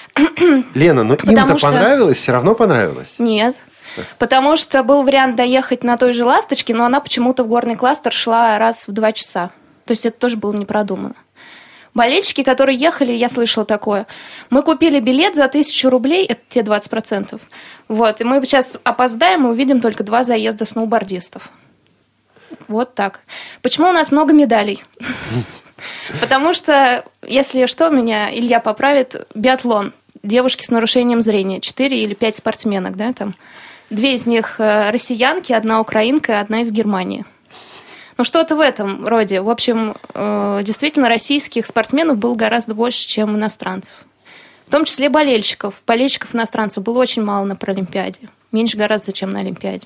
S2: Лена, но им-то что... понравилось? Все равно понравилось?
S3: Нет. Потому что был вариант доехать на той же «Ласточке», но она почему-то в горный кластер шла раз в два часа. То есть это тоже было не продумано. Болельщики, которые ехали, я слышала такое. Мы купили билет за тысячу рублей, это те двадцать процентов. Вот, и мы сейчас опоздаем и увидим только два заезда сноубордистов. Вот так. Почему у нас много медалей? Потому что, если что, меня Илья поправит, биатлон. Девушки с нарушением зрения. Четыре или пять спортсменок, да, там. Две из них россиянки, одна украинка, одна из Германии. Ну, что-то в этом роде. В общем, действительно, российских спортсменов было гораздо больше, чем иностранцев. В том числе болельщиков. Болельщиков иностранцев было очень мало на Паралимпиаде. Меньше гораздо, чем на Олимпиаде.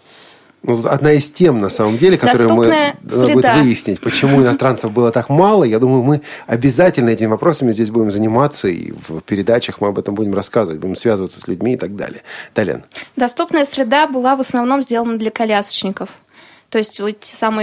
S2: Ну, одна из тем, на самом деле, которую
S3: Доступная
S2: мы
S3: среда.
S2: Надо будет выяснить, почему иностранцев было так мало. Я думаю, мы обязательно этими вопросами здесь будем заниматься, и в передачах мы об этом будем рассказывать, будем связываться с людьми и так далее. Да, Лен?
S3: Доступная среда была в основном сделана для колясочников. То есть вот те самые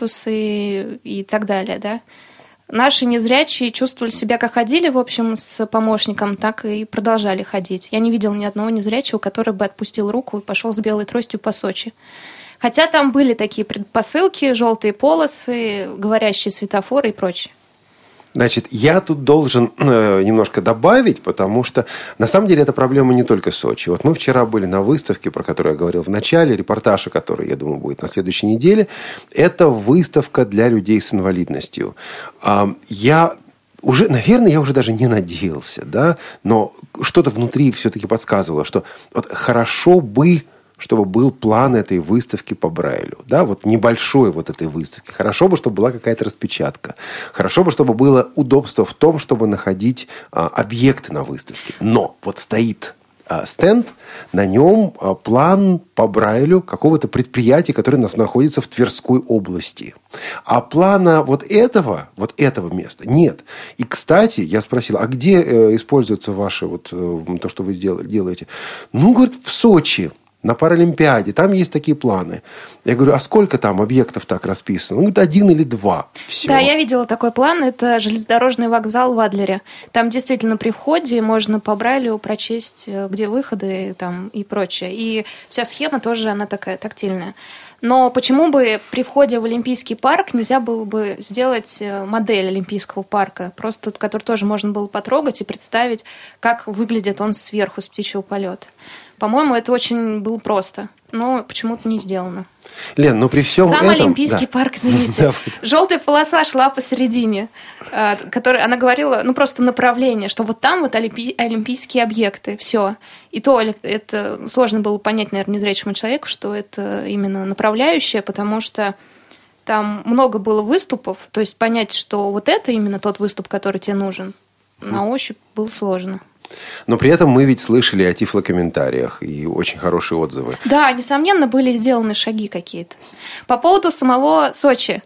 S3: пандусы и так далее, да. Наши незрячие чувствовали себя, как ходили, в общем, с помощником, так и продолжали ходить. Я не видела ни одного незрячего, который бы отпустил руку и пошел с белой тростью по Сочи. Хотя там были такие предпосылки, желтые полосы, говорящие светофоры и прочее.
S2: Значит, я тут должен э, немножко добавить, потому что на самом деле эта проблема не только Сочи. Вот мы вчера были на выставке, про которую я говорил в начале, репортаж, который, я думаю, будет на следующей неделе. Это выставка для людей с инвалидностью. Э, я уже, наверное, я уже даже не надеялся, да, но что-то внутри все-таки подсказывало, что вот хорошо бы, чтобы был план этой выставки по Брайлю. Да, вот небольшой вот этой выставки. Хорошо бы, чтобы была какая-то распечатка. Хорошо бы, чтобы было удобство в том, чтобы находить а, объекты на выставке. Но вот стоит а, стенд, на нем а, план по Брайлю какого-то предприятия, которое нас находится в Тверской области. А плана вот этого, вот этого места нет. И, кстати, я спросил, а где э, используется ваше вот, э, то, что вы сделали, делаете? Ну, говорит, в Сочи. На Паралимпиаде, там есть такие планы. Я говорю, а сколько там объектов так расписано? Он говорит, один или два. Все.
S3: Да, я видела такой план. Это железнодорожный вокзал в Адлере. Там действительно при входе можно по Брайлю прочесть, где выходы там, и прочее. И вся схема тоже, она такая тактильная. Но почему бы при входе в Олимпийский парк нельзя было бы сделать модель Олимпийского парка, просто который тоже можно было потрогать и представить, как выглядит он сверху с птичьего полета? По-моему, это очень было просто, но почему-то не сделано.
S2: Лен, но при всем
S3: Сам
S2: этом...
S3: Олимпийский
S2: да.
S3: парк, извините. Желтая полоса шла посередине, которая, она говорила, ну просто направление, что вот там вот олимпи... олимпийские объекты, все. И то это сложно было понять, наверное, незрячему человеку, что это именно направляющее, потому что там много было выступов, то есть понять, что вот это именно тот выступ, который тебе нужен, на ощупь было сложно.
S2: Но при этом мы ведь слышали о тифлокомментариях и очень хорошие отзывы.
S3: Да, несомненно, были сделаны шаги какие-то. По поводу самого Сочи.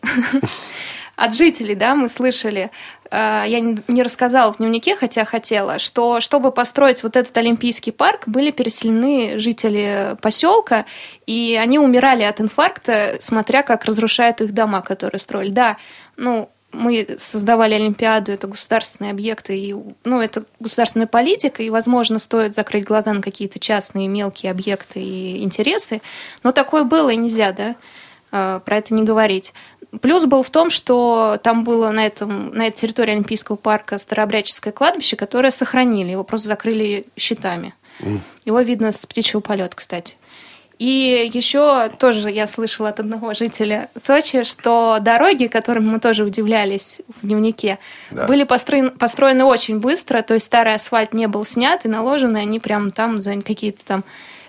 S3: От жителей, да, мы слышали, я не рассказала в дневнике, хотя хотела, что чтобы построить вот этот Олимпийский парк, были переселены жители поселка, и они умирали от инфаркта, смотря как разрушают их дома, которые строили. Да, ну... Мы создавали Олимпиаду, это государственные объекты, и, ну, это государственная политика, и, возможно, стоит закрыть глаза на какие-то частные мелкие объекты и интересы, но такое было, и нельзя, да, про это не говорить. Плюс был в том, что там было на, этом, на этой территории Олимпийского парка старообрядческое кладбище, которое сохранили, его просто закрыли щитами. Mm. Его видно с птичьего полета, кстати. И еще тоже я слышала от одного жителя Сочи, что дороги, которым мы тоже удивлялись в дневнике, да. были построены, построены очень быстро, то есть старый асфальт не был снят и наложены они прямо там за какие-то там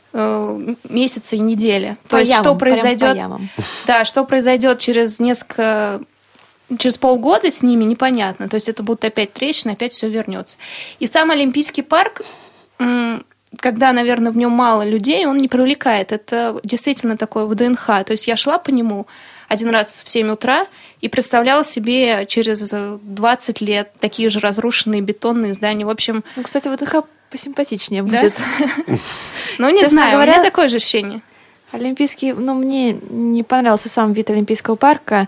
S3: э, месяцы и недели.
S4: По
S3: то есть
S4: ямам,
S3: что произойдет?
S4: по ямам.
S3: Да, что произойдет через несколько через полгода с ними непонятно. То есть это будут опять трещины, опять все вернется. И сам Олимпийский парк, когда, наверное, в нем мало людей, он не привлекает. Это действительно такое ВДНХ. То есть я шла по нему один раз в семь утра и представляла себе через двадцать лет такие же разрушенные бетонные здания. В общем...
S4: Ну, кстати, ВДНХ посимпатичнее будет.
S3: Ну, не знаю, у меня такое же ощущение.
S4: Олимпийский, ну, мне не понравился сам вид Олимпийского парка.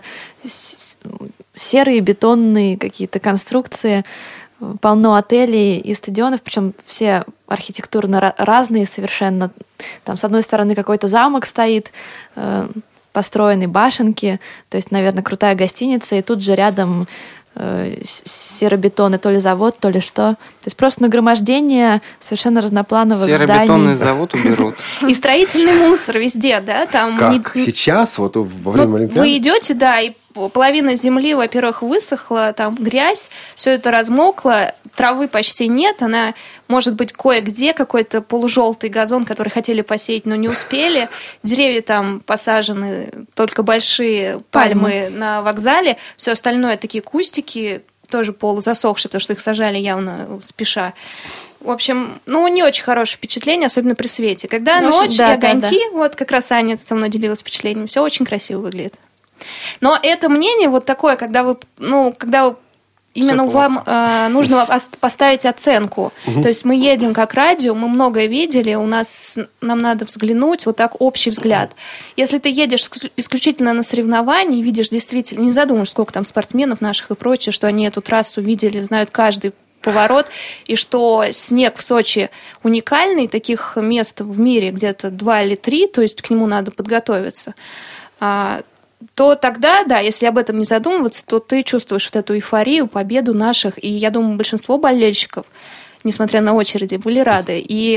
S4: Серые бетонные какие-то конструкции, полно отелей и стадионов, причем все архитектурно разные совершенно. Там, с одной стороны, какой-то замок стоит, построенные башенки, то есть, наверное, крутая гостиница, и тут же рядом э, серобетонный то ли завод, то ли что. То есть просто нагромождение совершенно разноплановых зданий.
S5: Серобетонный завод уберут.
S3: И строительный мусор везде, да? Там
S2: как не... сейчас, вот во время ну, Олимпиады?
S3: Вы идете, да, и половина земли, во-первых, высохла, там грязь, все это размокло, травы почти нет, она может быть кое-где, какой-то полужелтый газон, который хотели посеять, но не успели, деревья там посажены, только большие пальмы, пальмы на вокзале, все остальное такие кустики, тоже полузасохшие, потому что их сажали явно спеша. В общем, ну, не очень хорошее впечатление, особенно при свете. Когда ну, ночь да, и огоньки, да, да. вот как раз Аня со мной делилась впечатлением, все очень красиво выглядит. Но это мнение вот такое, когда вы, ну, когда вы, именно вам э, нужно поставить оценку. Угу. То есть мы едем как радио, мы многое видели, у нас нам надо взглянуть, вот так общий взгляд. Если ты едешь исключительно на соревнования и видишь действительно, не задумаешь, сколько там спортсменов наших и прочее, что они эту трассу видели, знают каждый поворот, и что снег в Сочи уникальный, таких мест в мире где-то два или три, то есть к нему надо подготовиться, то тогда, да, если об этом не задумываться, то ты чувствуешь вот эту эйфорию, победу наших. И я думаю, большинство болельщиков, несмотря на очереди, были рады. И,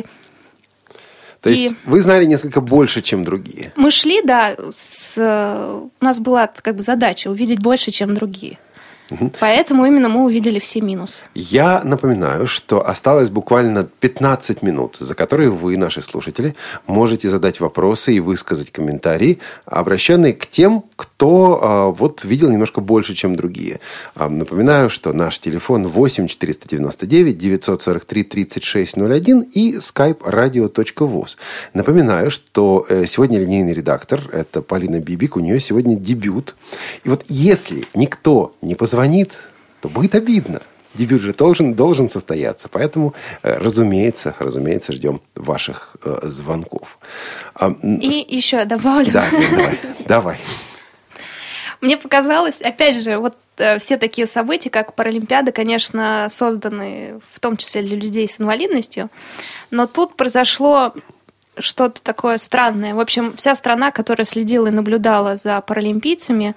S2: то есть и вы знали несколько больше, чем другие?
S3: Мы шли, да, с, у нас была как бы задача увидеть больше, чем другие. Угу. Поэтому именно мы увидели все минусы.
S2: Я напоминаю, что осталось буквально пятнадцать минут, за которые вы, наши слушатели, можете задать вопросы и высказать комментарии, обращенные к тем, кто а, вот видел немножко больше, чем другие. А, напоминаю, что наш телефон восемь четыреста девяносто девять девятьсот сорок три тридцать шесть ноль один и skype radio точка voz. Напоминаю, что э, сегодня линейный редактор, это Полина Бибик, у нее сегодня дебют. И вот если никто не позвонит, звонит, то будет обидно. Дебют же должен, должен состояться. Поэтому, разумеется, разумеется, ждем ваших э, звонков.
S3: И с... еще добавлю.
S2: Да, нет, давай, давай.
S3: Мне показалось, опять же, вот э, все такие события, как Паралимпиада, конечно, созданы в том числе для людей с инвалидностью, но тут произошло что-то такое странное. В общем, вся страна, которая следила и наблюдала за паралимпийцами,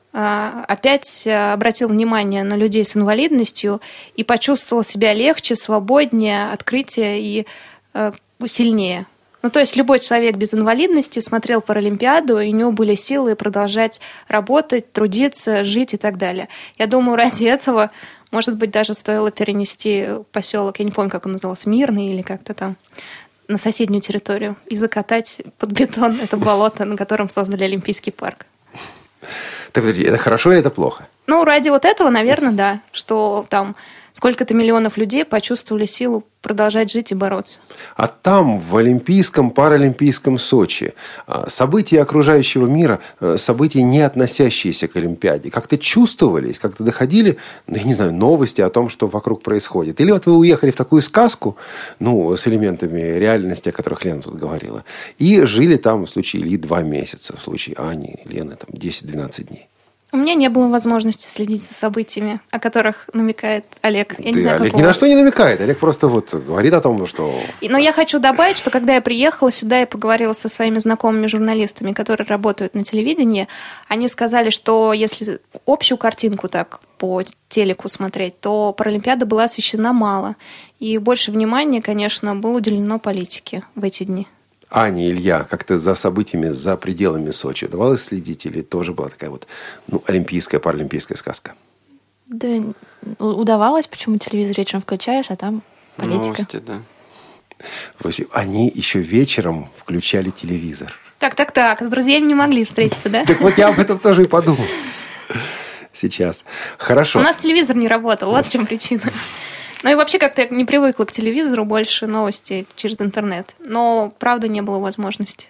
S3: опять обратил внимание на людей с инвалидностью и почувствовал себя легче, свободнее, открытие и э, сильнее. Ну, то есть любой человек без инвалидности смотрел Паралимпиаду, и у него были силы продолжать работать, трудиться, жить и так далее. Я думаю, ради этого, может быть, даже стоило перенести поселок, я не помню, как он назывался, Мирный или как-то там, на соседнюю территорию и закатать под бетон это болото, на котором создали Олимпийский парк.
S2: Так, подожди, это хорошо или это плохо?
S3: Ну, ради вот этого, наверное, да. Что там сколько-то миллионов людей почувствовали силу продолжать жить и бороться.
S2: А там, в Олимпийском, Паралимпийском Сочи, события окружающего мира, события, не относящиеся к Олимпиаде, как-то чувствовались, как-то доходили, ну, я не знаю, новости о том, что вокруг происходит? Или вот вы уехали в такую сказку, ну, с элементами реальности, о которых Лена тут говорила, и жили там, в случае Ильи, два месяца, в случае Ани, Лены, там, десять-двенадцать дней?
S3: У меня не было возможности следить за событиями, о которых намекает Олег. Я
S2: Ты,
S3: не знаю,
S2: Олег ни на что не намекает. Олег просто вот говорит о том, что...
S3: Но я хочу добавить, что когда я приехала сюда и поговорила со своими знакомыми журналистами, которые работают на телевидении, они сказали, что если общую картинку так по телеку смотреть, то Паралимпиада была освещена мало. И больше внимания, конечно, было уделено политике в эти дни.
S2: Аня, Илья, как-то за событиями за пределами Сочи удавалось следить? Или тоже была такая вот, ну, олимпийская, паралимпийская сказка?
S4: Да, удавалось. Почему телевизор вечером включаешь, а там политика.
S5: Новости, да.
S2: Они еще вечером включали телевизор.
S3: Так, так, так. С друзьями не могли встретиться, да?
S2: Так вот я об этом тоже и подумал. сейчас. Хорошо.
S3: У нас телевизор не работал, вот в чем причина. Ну и вообще как-то я не привыкла к телевизору, больше новости через интернет. Но, правда, не было возможности.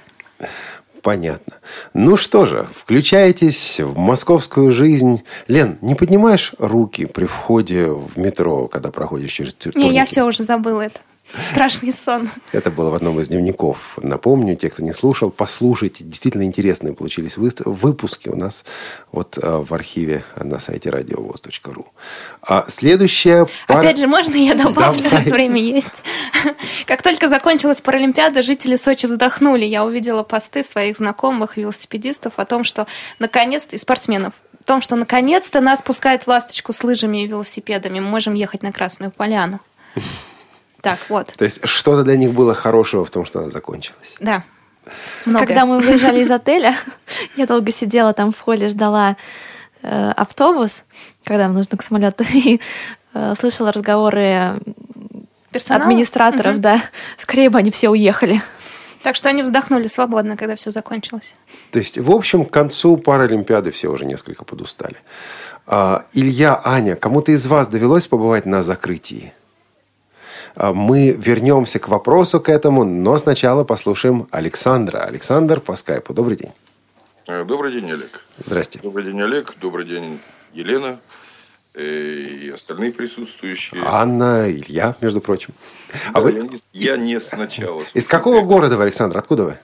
S2: Понятно. Ну что же, включаетесь в московскую жизнь. Лен, не поднимаешь руки при входе в метро, когда проходишь через турники?
S3: Не, я все уже забыла это. Страшный сон.
S2: Это было в одном из дневников. Напомню, те, кто не слушал, послушайте. Действительно интересные получились выпуски у нас вот в архиве на сайте радиовос точка ру. А следующая пара...
S3: Опять же, можно я добавлю,
S2: Давай.
S3: раз время есть? Как только закончилась Паралимпиада, жители Сочи вздохнули. Я увидела посты своих знакомых велосипедистов о том, что наконец-то, и спортсменов, о том, что наконец-то нас пускают в ласточку с лыжами и велосипедами. Мы можем ехать на Красную Поляну. Так, вот.
S2: То есть что-то для них было хорошего в том, что она закончилась.
S3: Да. Многое.
S4: Когда мы выезжали из отеля, я долго сидела там в холле, ждала э, автобус, когда нам нужно к самолету, и э, слышала разговоры
S3: Персонала?
S4: администраторов,
S3: Угу.
S4: да. Скорее бы они все уехали.
S3: Так что они вздохнули свободно, когда все закончилось.
S2: То есть, в общем, к концу Паралимпиады все уже несколько подустали. А, Илья, Аня, кому-то из вас довелось побывать на закрытии? Мы вернемся к вопросу к этому, но сначала послушаем Александра. Александр по скайпу. Добрый день.
S7: Добрый день, Олег.
S2: Здрасте.
S7: Добрый день, Олег. Добрый день, Елена и остальные присутствующие.
S2: Анна, Илья, между прочим.
S7: Да,
S2: а вы...
S7: я, не, я не сначала.
S2: Из какого города вы, Александр? Откуда вы?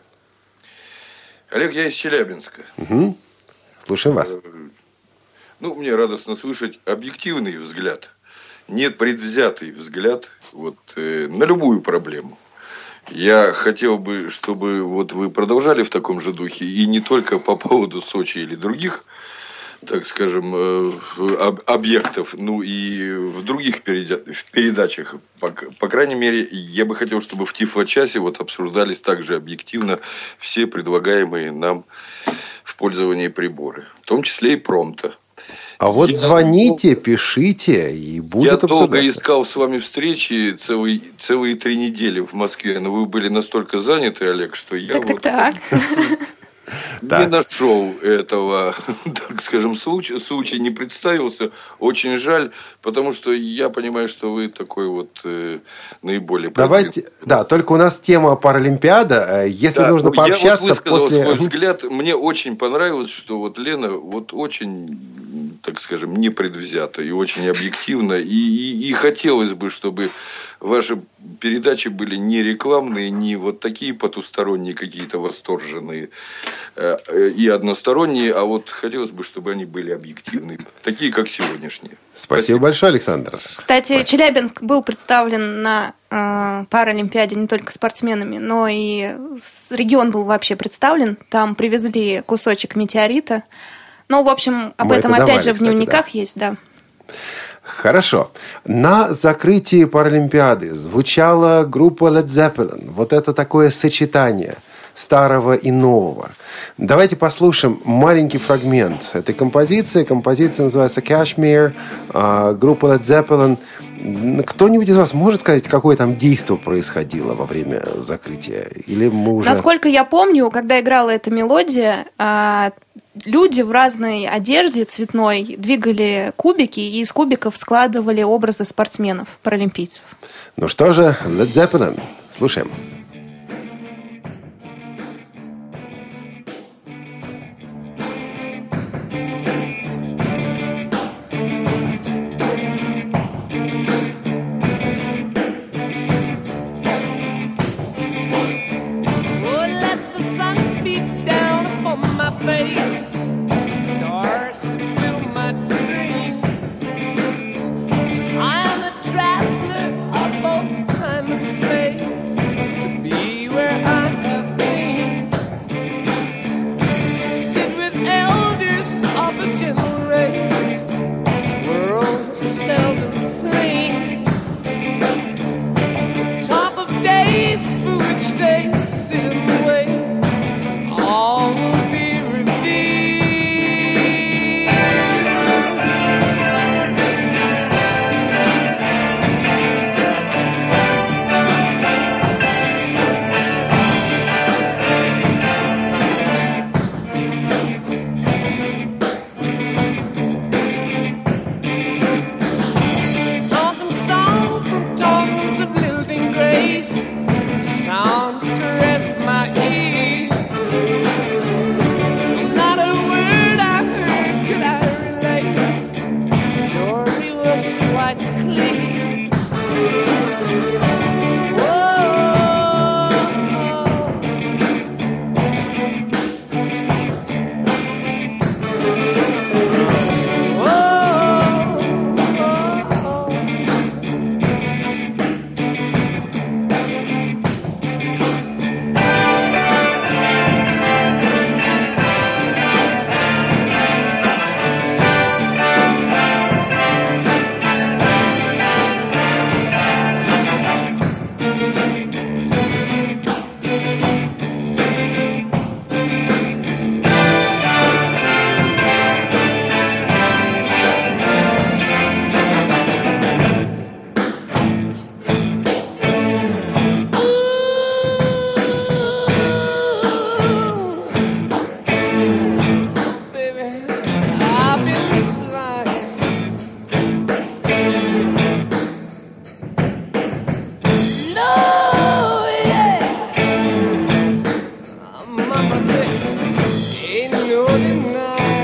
S7: Олег, я из Челябинска.
S2: Угу. Слушаем вас.
S7: Ну, мне радостно слышать объективный взгляд. Нет, предвзятый взгляд вот, э, на любую проблему. Я хотел бы, чтобы вот вы продолжали в таком же духе, и не только по поводу Сочи или других, так скажем, э, об, объектов, ну и в других переда- в передачах. По, по крайней мере, я бы хотел, чтобы в Тифло-часе вот обсуждались также объективно все предлагаемые нам в пользовании приборы, в том числе и Промто.
S2: А вот
S7: я
S2: звоните,
S7: долго,
S2: пишите, и будет
S7: Я долго
S2: обсуждаться.
S7: искал с вами встречи целый, целые три недели в Москве, но вы были настолько заняты, Олег, что я
S3: Так,
S7: вот
S3: так, так.
S7: не
S2: Так.
S7: нашел этого, так скажем, случая, случай не представился. Очень жаль, потому что я понимаю, что вы такой вот э, наиболее...
S2: Давайте,
S7: продвинутый.
S2: да, только у нас тема Паралимпиада. Если
S7: Да,
S2: нужно
S7: ну, я
S2: пообщаться
S7: вот высказал
S2: после...
S7: свой взгляд. Мне очень понравилось, что вот Лена вот очень, так скажем, непредвзято и очень объективно. И, и, и хотелось бы, чтобы ваши передачи были не рекламные, не вот такие потусторонние, какие-то восторженные э, э, и односторонние, а вот хотелось бы, чтобы они были объективные, такие, как сегодняшние.
S2: Спасибо большое, Александр.
S3: Кстати,
S2: Спасибо.
S3: Челябинск был представлен на э, Паралимпиаде не только спортсменами, но и с- регион был вообще представлен. Там привезли кусочек метеорита. Ну, в общем, об
S2: Мы
S3: этом
S2: это
S3: опять
S2: давали,
S3: же в
S2: кстати,
S3: дневниках есть, да.
S2: Хорошо. На закрытии Паралимпиады звучала группа Led Zeppelin. Вот это такое сочетание старого и нового. Давайте послушаем маленький фрагмент этой композиции. Композиция называется Kashmir. Группа Led Zeppelin. Кто-нибудь из вас может сказать, какое там действо происходило во время закрытия? Или мы уже...
S3: Насколько я помню, когда играла эта мелодия, а, люди в разной одежде цветной двигали кубики и из кубиков складывали образы спортсменов, паралимпийцев.
S2: Ну что же, Led Zeppelin. Слушаем.
S8: Oh, let the sun beat down upon my face, stars to fill my dreams. I am a traveler of both time and space, to mama, ain't no denying.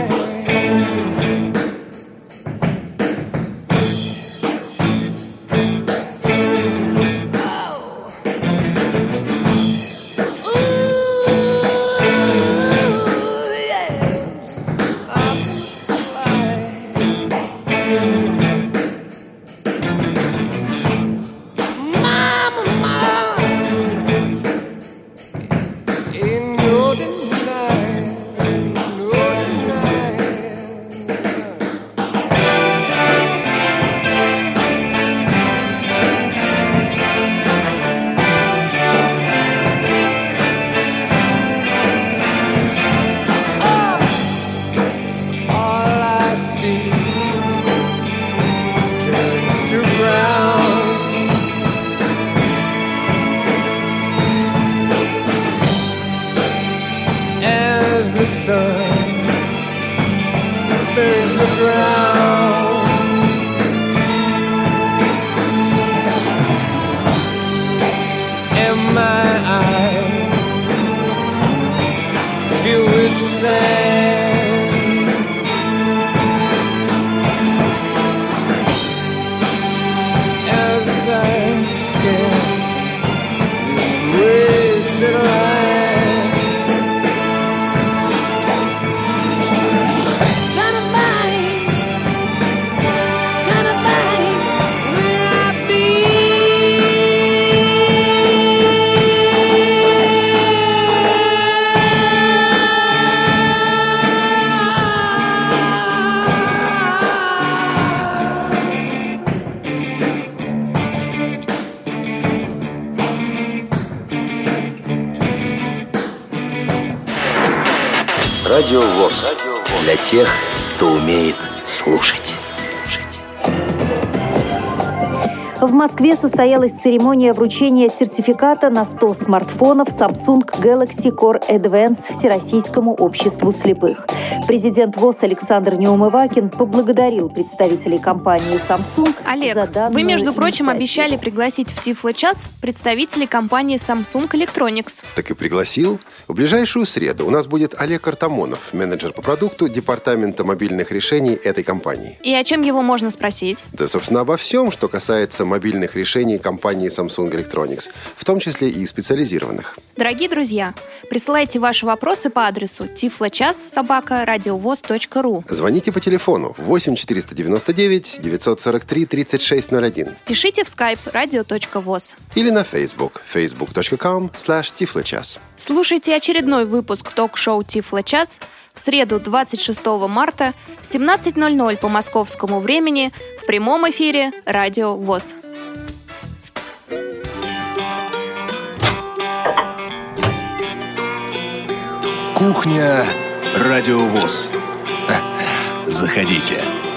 S8: The sun burns the ground, and my eyes fill with sand as I scan this wasted land.
S9: Радио ВОС. Для тех, кто умеет слушать.
S10: В Москве состоялась церемония вручения сертификата на сто смартфонов Samsung Galaxy Core Advance Всероссийскому обществу слепых. Президент ВОС Александр Неумывакин поблагодарил представителей компании Samsung.
S3: Олег,
S10: за данную
S3: вы, между прочим,
S10: инициативу.
S3: обещали пригласить в Тифло-час представителей компании Samsung Electronics.
S2: Так и пригласил. В ближайшую среду у нас будет Олег Артамонов, менеджер по продукту департамента мобильных решений этой компании.
S3: И о чем его можно спросить?
S2: Да, собственно, обо всем, что касается мобильных решений компании Samsung Electronics, в том числе и специализированных.
S3: Дорогие друзья, присылайте ваши вопросы по адресу тифлочас собака радиовоз точка ру.
S2: Звоните по телефону восемь четыреста девяносто девять девятьсот сорок три тридцать шесть ноль один.
S3: Пишите в skype радио точка воз.
S2: Или на Facebook facebook точка com слэш тифлочас.
S3: Слушайте очередной выпуск ток-шоу «Тифло-час» в среду двадцать шестого марта в семнадцать ноль ноль по московскому времени в прямом эфире Радио ВОС.
S1: Кухня Радио ВОС. Заходите.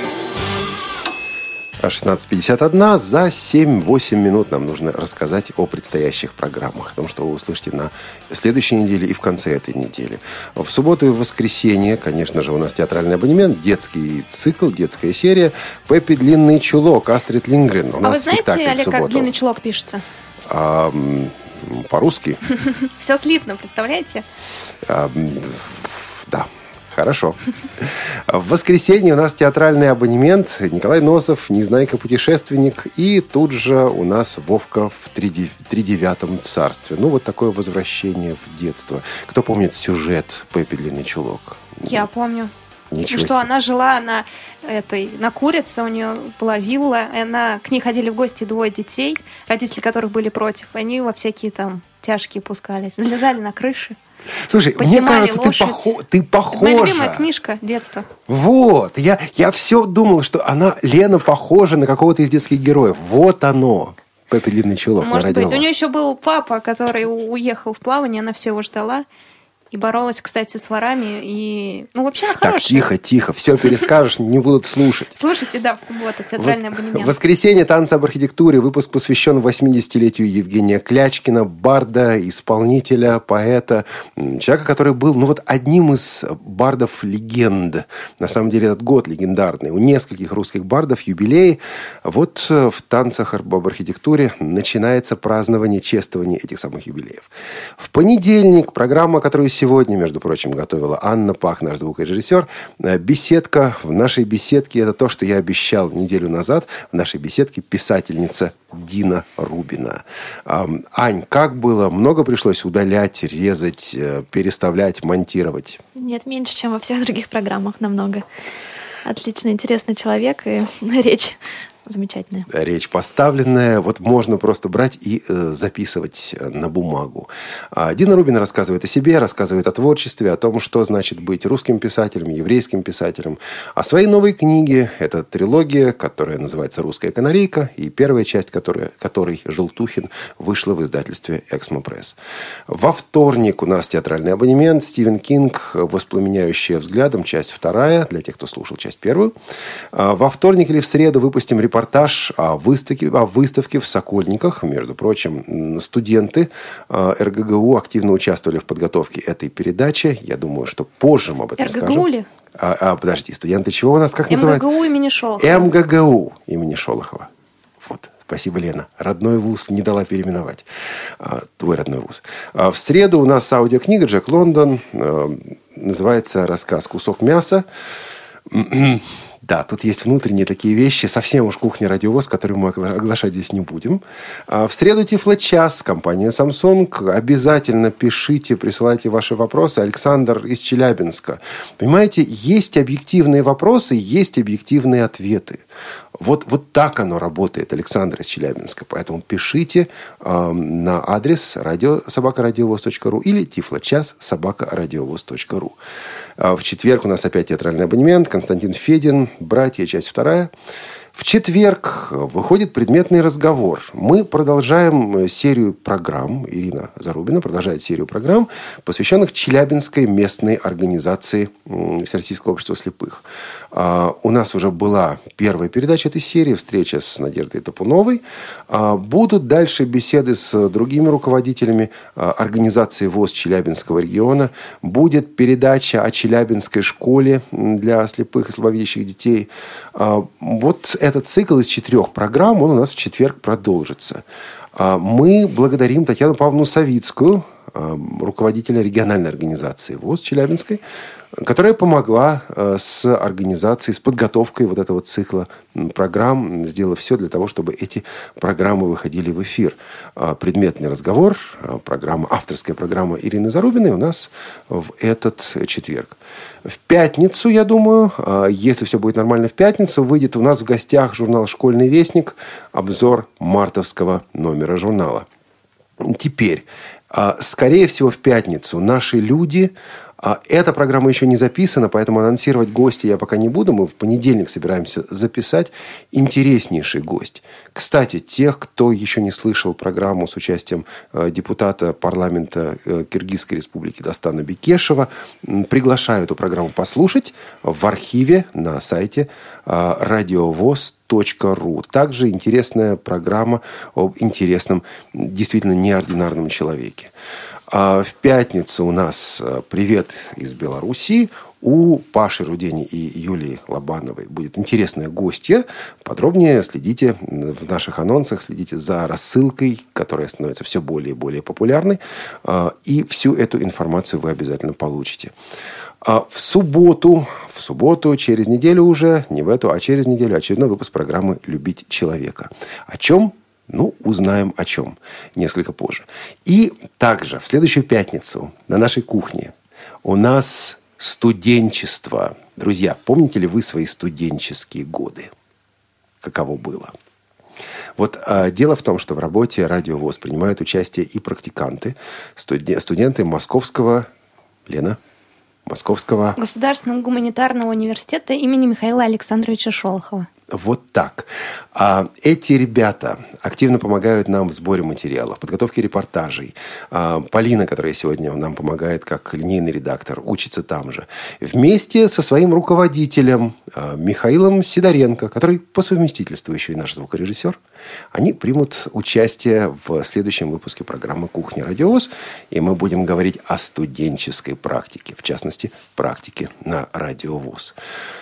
S2: шестнадцать пятьдесят один. За семь-восемь минут нам нужно рассказать о предстоящих программах, о том, что вы услышите на следующей неделе и в конце этой недели. В субботу и в воскресенье, конечно же, у нас театральный абонемент, детский цикл, детская серия «Пеппи Длинный чулок», Астрид Линдгрен. У
S3: А
S2: нас
S3: вы знаете,
S2: спектакль в
S3: Олег, как
S2: субботу.
S3: длинный чулок пишется?
S2: А, м, по-русски?
S3: Все слитно, представляете?
S2: А, м, Да. Хорошо. В воскресенье у нас театральный абонемент. Николай Носов, Незнайка-путешественник. И тут же у нас Вовка в триди- тридевятом царстве. Ну, вот такое возвращение в детство. Кто помнит сюжет «Пеппи Длинный чулок»?
S3: Я помню.
S2: Ничего
S3: Что
S2: себе.
S3: она жила на этой, на курице, у нее была вилла, и она, к ней ходили в гости двое детей, родители которых были против. Они во всякие там тяжкие пускались, залезали на крыши.
S2: Слушай,
S3: Поднимали
S2: мне кажется, ты,
S3: лошадь.
S2: похо- ты похожа.
S3: Моя любимая книжка детства.
S2: Вот. Я, я все думал, что она, Лена, похожа на какого-то из детских героев. Вот оно. Пеппи Длинный чулок.
S3: Может
S2: на
S3: быть.
S2: Радио
S3: У нее
S2: ВОС.
S3: еще был папа, который у- уехал в плавание, она все его ждала. И боролась, кстати, с ворами. И... Ну, вообще она
S2: Так,
S3: хорошая.
S2: тихо, тихо. Все перескажешь, не будут слушать.
S3: Слушайте, да, в субботу, театральный
S2: В
S3: абонемент.
S2: воскресенье «Танцы об архитектуре». Выпуск посвящен восьмидесятилетию Евгения Клячкина, барда, исполнителя, поэта. м, Человека, который был, ну вот, одним из бардов-легенд. На самом деле, этот год легендарный. У нескольких русских бардов юбилей. Вот э, в «Танцах об архитектуре» начинается празднование, чествование этих самых юбилеев. В понедельник программа, которую сегодня сегодня, между прочим, готовила Анна Пах, наш звукорежиссер. Беседка. В нашей беседке, это то, что я обещал неделю назад, в нашей беседке писательница Дина Рубина. Ань, как было? Много пришлось удалять, резать, переставлять, монтировать?
S4: Нет, меньше, чем во всех других программах, намного. Отлично, интересный человек и речь замечательная.
S2: Речь поставленная. Вот можно просто брать и э, записывать на бумагу. А Дина Рубина рассказывает о себе, рассказывает о творчестве, о том, что значит быть русским писателем, еврейским писсателем. О своей новой книге. Это трилогия, которая называется «Русская канарейка». И первая часть, которая, которой Желтухин, вышла в издательстве «Эксмо Пресс». Во вторник у нас театральный абонемент. Стивен Кинг «Воспламеняющая взглядом», часть вторая. Для тех, кто слушал часть первую. А во вторник или в среду выпустим репортаж Репортаж о выставке, о выставке в Сокольниках. Между прочим, студенты эр гэ гэ у активно участвовали в подготовке этой передачи. Я думаю, что позже мы об этом скажем.
S3: эр гэ гэ у ли?
S2: А, а, подожди, студенты чего у нас? Как называется?
S3: эм гэ гэ у имени Шолохова.
S2: эм гэ гэ у имени Шолохова. Вот. Спасибо, Лена. Родной вуз не дала переименовать. А, твой родной вуз. А, в среду у нас аудиокнига Джек Лондон. А, называется рассказ «Кусок мяса». Да, тут есть внутренние такие вещи, совсем уж кухня Радио ВОС, которые мы оглашать здесь не будем. А в среду Тифло-час, компания Samsung. Обязательно пишите, присылайте ваши вопросы. Александр из Челябинска. Понимаете, есть объективные вопросы, есть объективные ответы. Вот, вот так оно работает, Александр из Челябинска. Поэтому пишите э, на адрес радио собака радиовоз точка ру или тифлочас собака радиовоз точка ру. В четверг у нас опять театральный абонемент. Константин Федин, «Братья», часть вторая. В четверг выходит предметный разговор. Мы продолжаем серию программ, Ирина Зарубина продолжает серию программ, посвященных Челябинской местной организации Всероссийского общества слепых. У нас уже была первая передача этой серии, встреча с Надеждой Топуновой. Будут дальше беседы с другими руководителями организации ВОС Челябинского региона. Будет передача о Челябинской школе для слепых и слабовидящих детей. Вот этот цикл из четырех программ, он у нас в четверг продолжится. Мы благодарим Татьяну Павловну Савицкую, руководителя региональной организации ВОС Челябинской, которая помогла с организацией, с подготовкой вот этого цикла программ, сделав все для того, чтобы эти программы выходили в эфир. Предметный разговор, программа, авторская программа Ирины Зарубиной у нас в этот четверг. В пятницу, я думаю, если все будет нормально, в пятницу выйдет у нас в гостях журнал «Школьный вестник», обзор мартовского номера журнала. Теперь, скорее всего, в пятницу наши люди... Эта программа еще не записана, поэтому анонсировать гостя я пока не буду. Мы в понедельник собираемся записать интереснейший гость. Кстати, тех, кто еще не слышал программу с участием депутата парламента Киргизской республики Дастана Бекешева, приглашаю эту программу послушать в архиве на сайте радиовоз точка ру. Также интересная программа об интересном, действительно неординарном человеке. В пятницу у нас «Привет из Беларуси». У Паши Рудени и Юлии Лобановой будет интересная гостья. Подробнее следите в наших анонсах, следите за рассылкой, которая становится все более и более популярной. И всю эту информацию вы обязательно получите. В субботу, в субботу, через неделю уже, не в эту, а через неделю, очередной выпуск программы «Любить человека». О чем? Ну, узнаем о чем несколько позже. И также в следующую пятницу на нашей кухне у нас студенчество. Друзья, помните ли вы свои студенческие годы? Каково было? Вот а, дело в том, что в работе Радио ВОС принимают участие и практиканты, студен- студенты Московского... Лена? Московского...
S3: Государственного гуманитарного университета имени Михаила Александровича Шолохова.
S2: Вот так. А эти ребята активно помогают нам в сборе материалов, подготовке репортажей. А Полина, которая сегодня нам помогает как линейный редактор, учится там же. Вместе со своим руководителем Михаилом Сидоренко, который по совместительству еще и наш звукорежиссер, они примут участие в следующем выпуске программы «Кухня Радио ВОС». И мы будем говорить о студенческой практике, в частности, практике на Радио ВОС.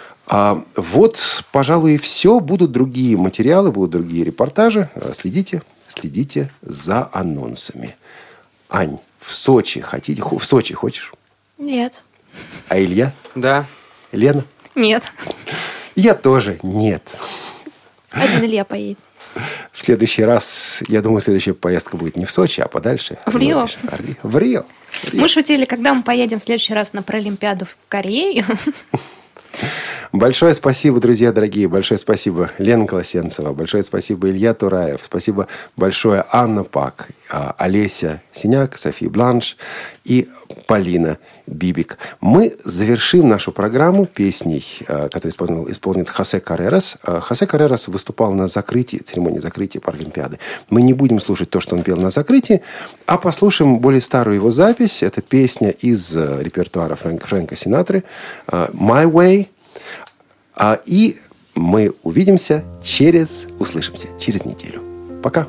S2: А вот, пожалуй, и все. Будут другие материалы, будут другие репортажи. Следите, следите за анонсами. Ань, в Сочи хотите? В Сочи хочешь?
S4: Нет.
S2: А Илья?
S5: Да.
S2: Лена?
S3: Нет.
S2: Я тоже нет.
S4: Один Илья поедет.
S2: В следующий раз, я думаю, следующая поездка будет не в Сочи, а подальше.
S3: В Рио.
S2: В Рио.
S3: Мы шутили, когда мы поедем в следующий раз на Паралимпиаду в Корею.
S2: Большое спасибо, друзья дорогие. Большое спасибо, Лена Колосенцева. Большое спасибо, Илья Тураев. Спасибо большое, Анна Пак, Олеся Синяк, София Бланш и Полина Бибик. Мы завершим нашу программу песней, которую исполнил, исполнит Хосе Каррерас. Хосе Каррерас выступал на закрытии, церемонии закрытия Паралимпиады. Мы не будем слушать то, что он пел на закрытии, а послушаем более старую его запись. Это песня из репертуара Фрэнка, Фрэнка Синатры «My Way». И мы увидимся через, услышимся через неделю. Пока.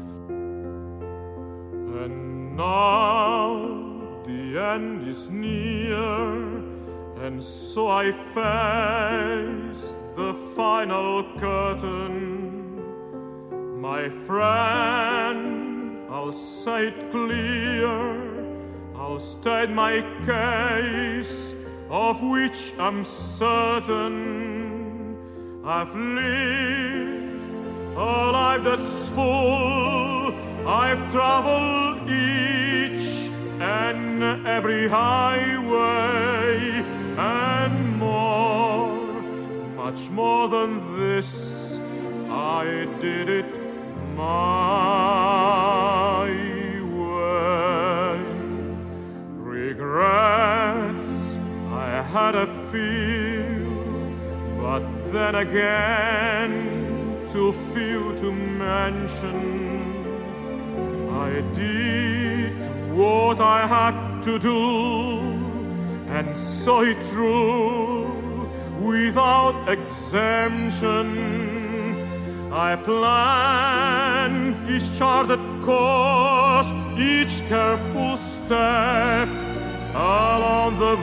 S11: And now the end is near, and so I face the final curtain. My friend, I'll say it clear, I'll state my case, of which I'm certain. I've lived a life that's full, I've traveled each and every highway and more, much more than this, I did it my way. Regrets I had a few, but then again too few to mention. I did what I had to do and saw it through without exemption. I planned each charted course, each careful step along the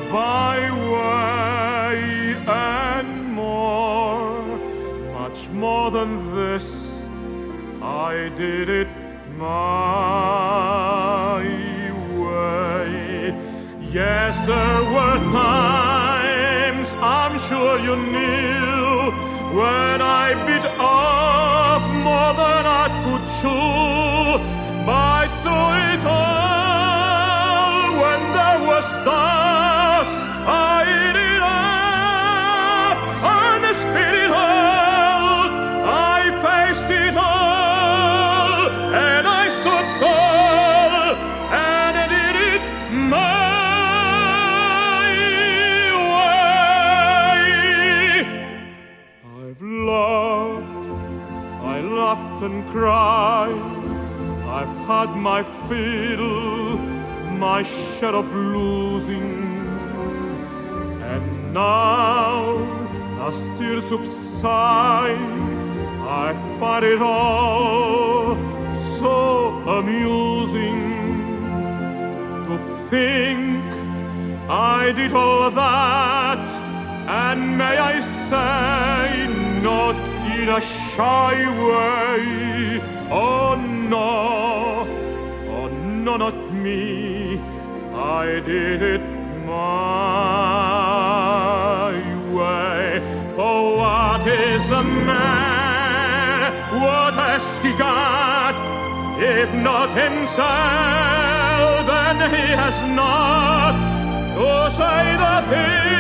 S11: byway and more, much more than this, I did it my way. Yes, there were times, I'm sure you knew, when I bit off more than I could chew. But through it all, when there was doubt, I ate it up and spit it out. I faced it all, and I stood tall, and I did it my way. I've loved, I laughed and cried, I've had my fill, my share of losing, and now as tears subside, I find it all so amusing to think I did all that, and may I say, not in a shy way. Oh no, oh no, not me, I did it my way. For what is a man, what has he got, if not himself, then he has not to say the thing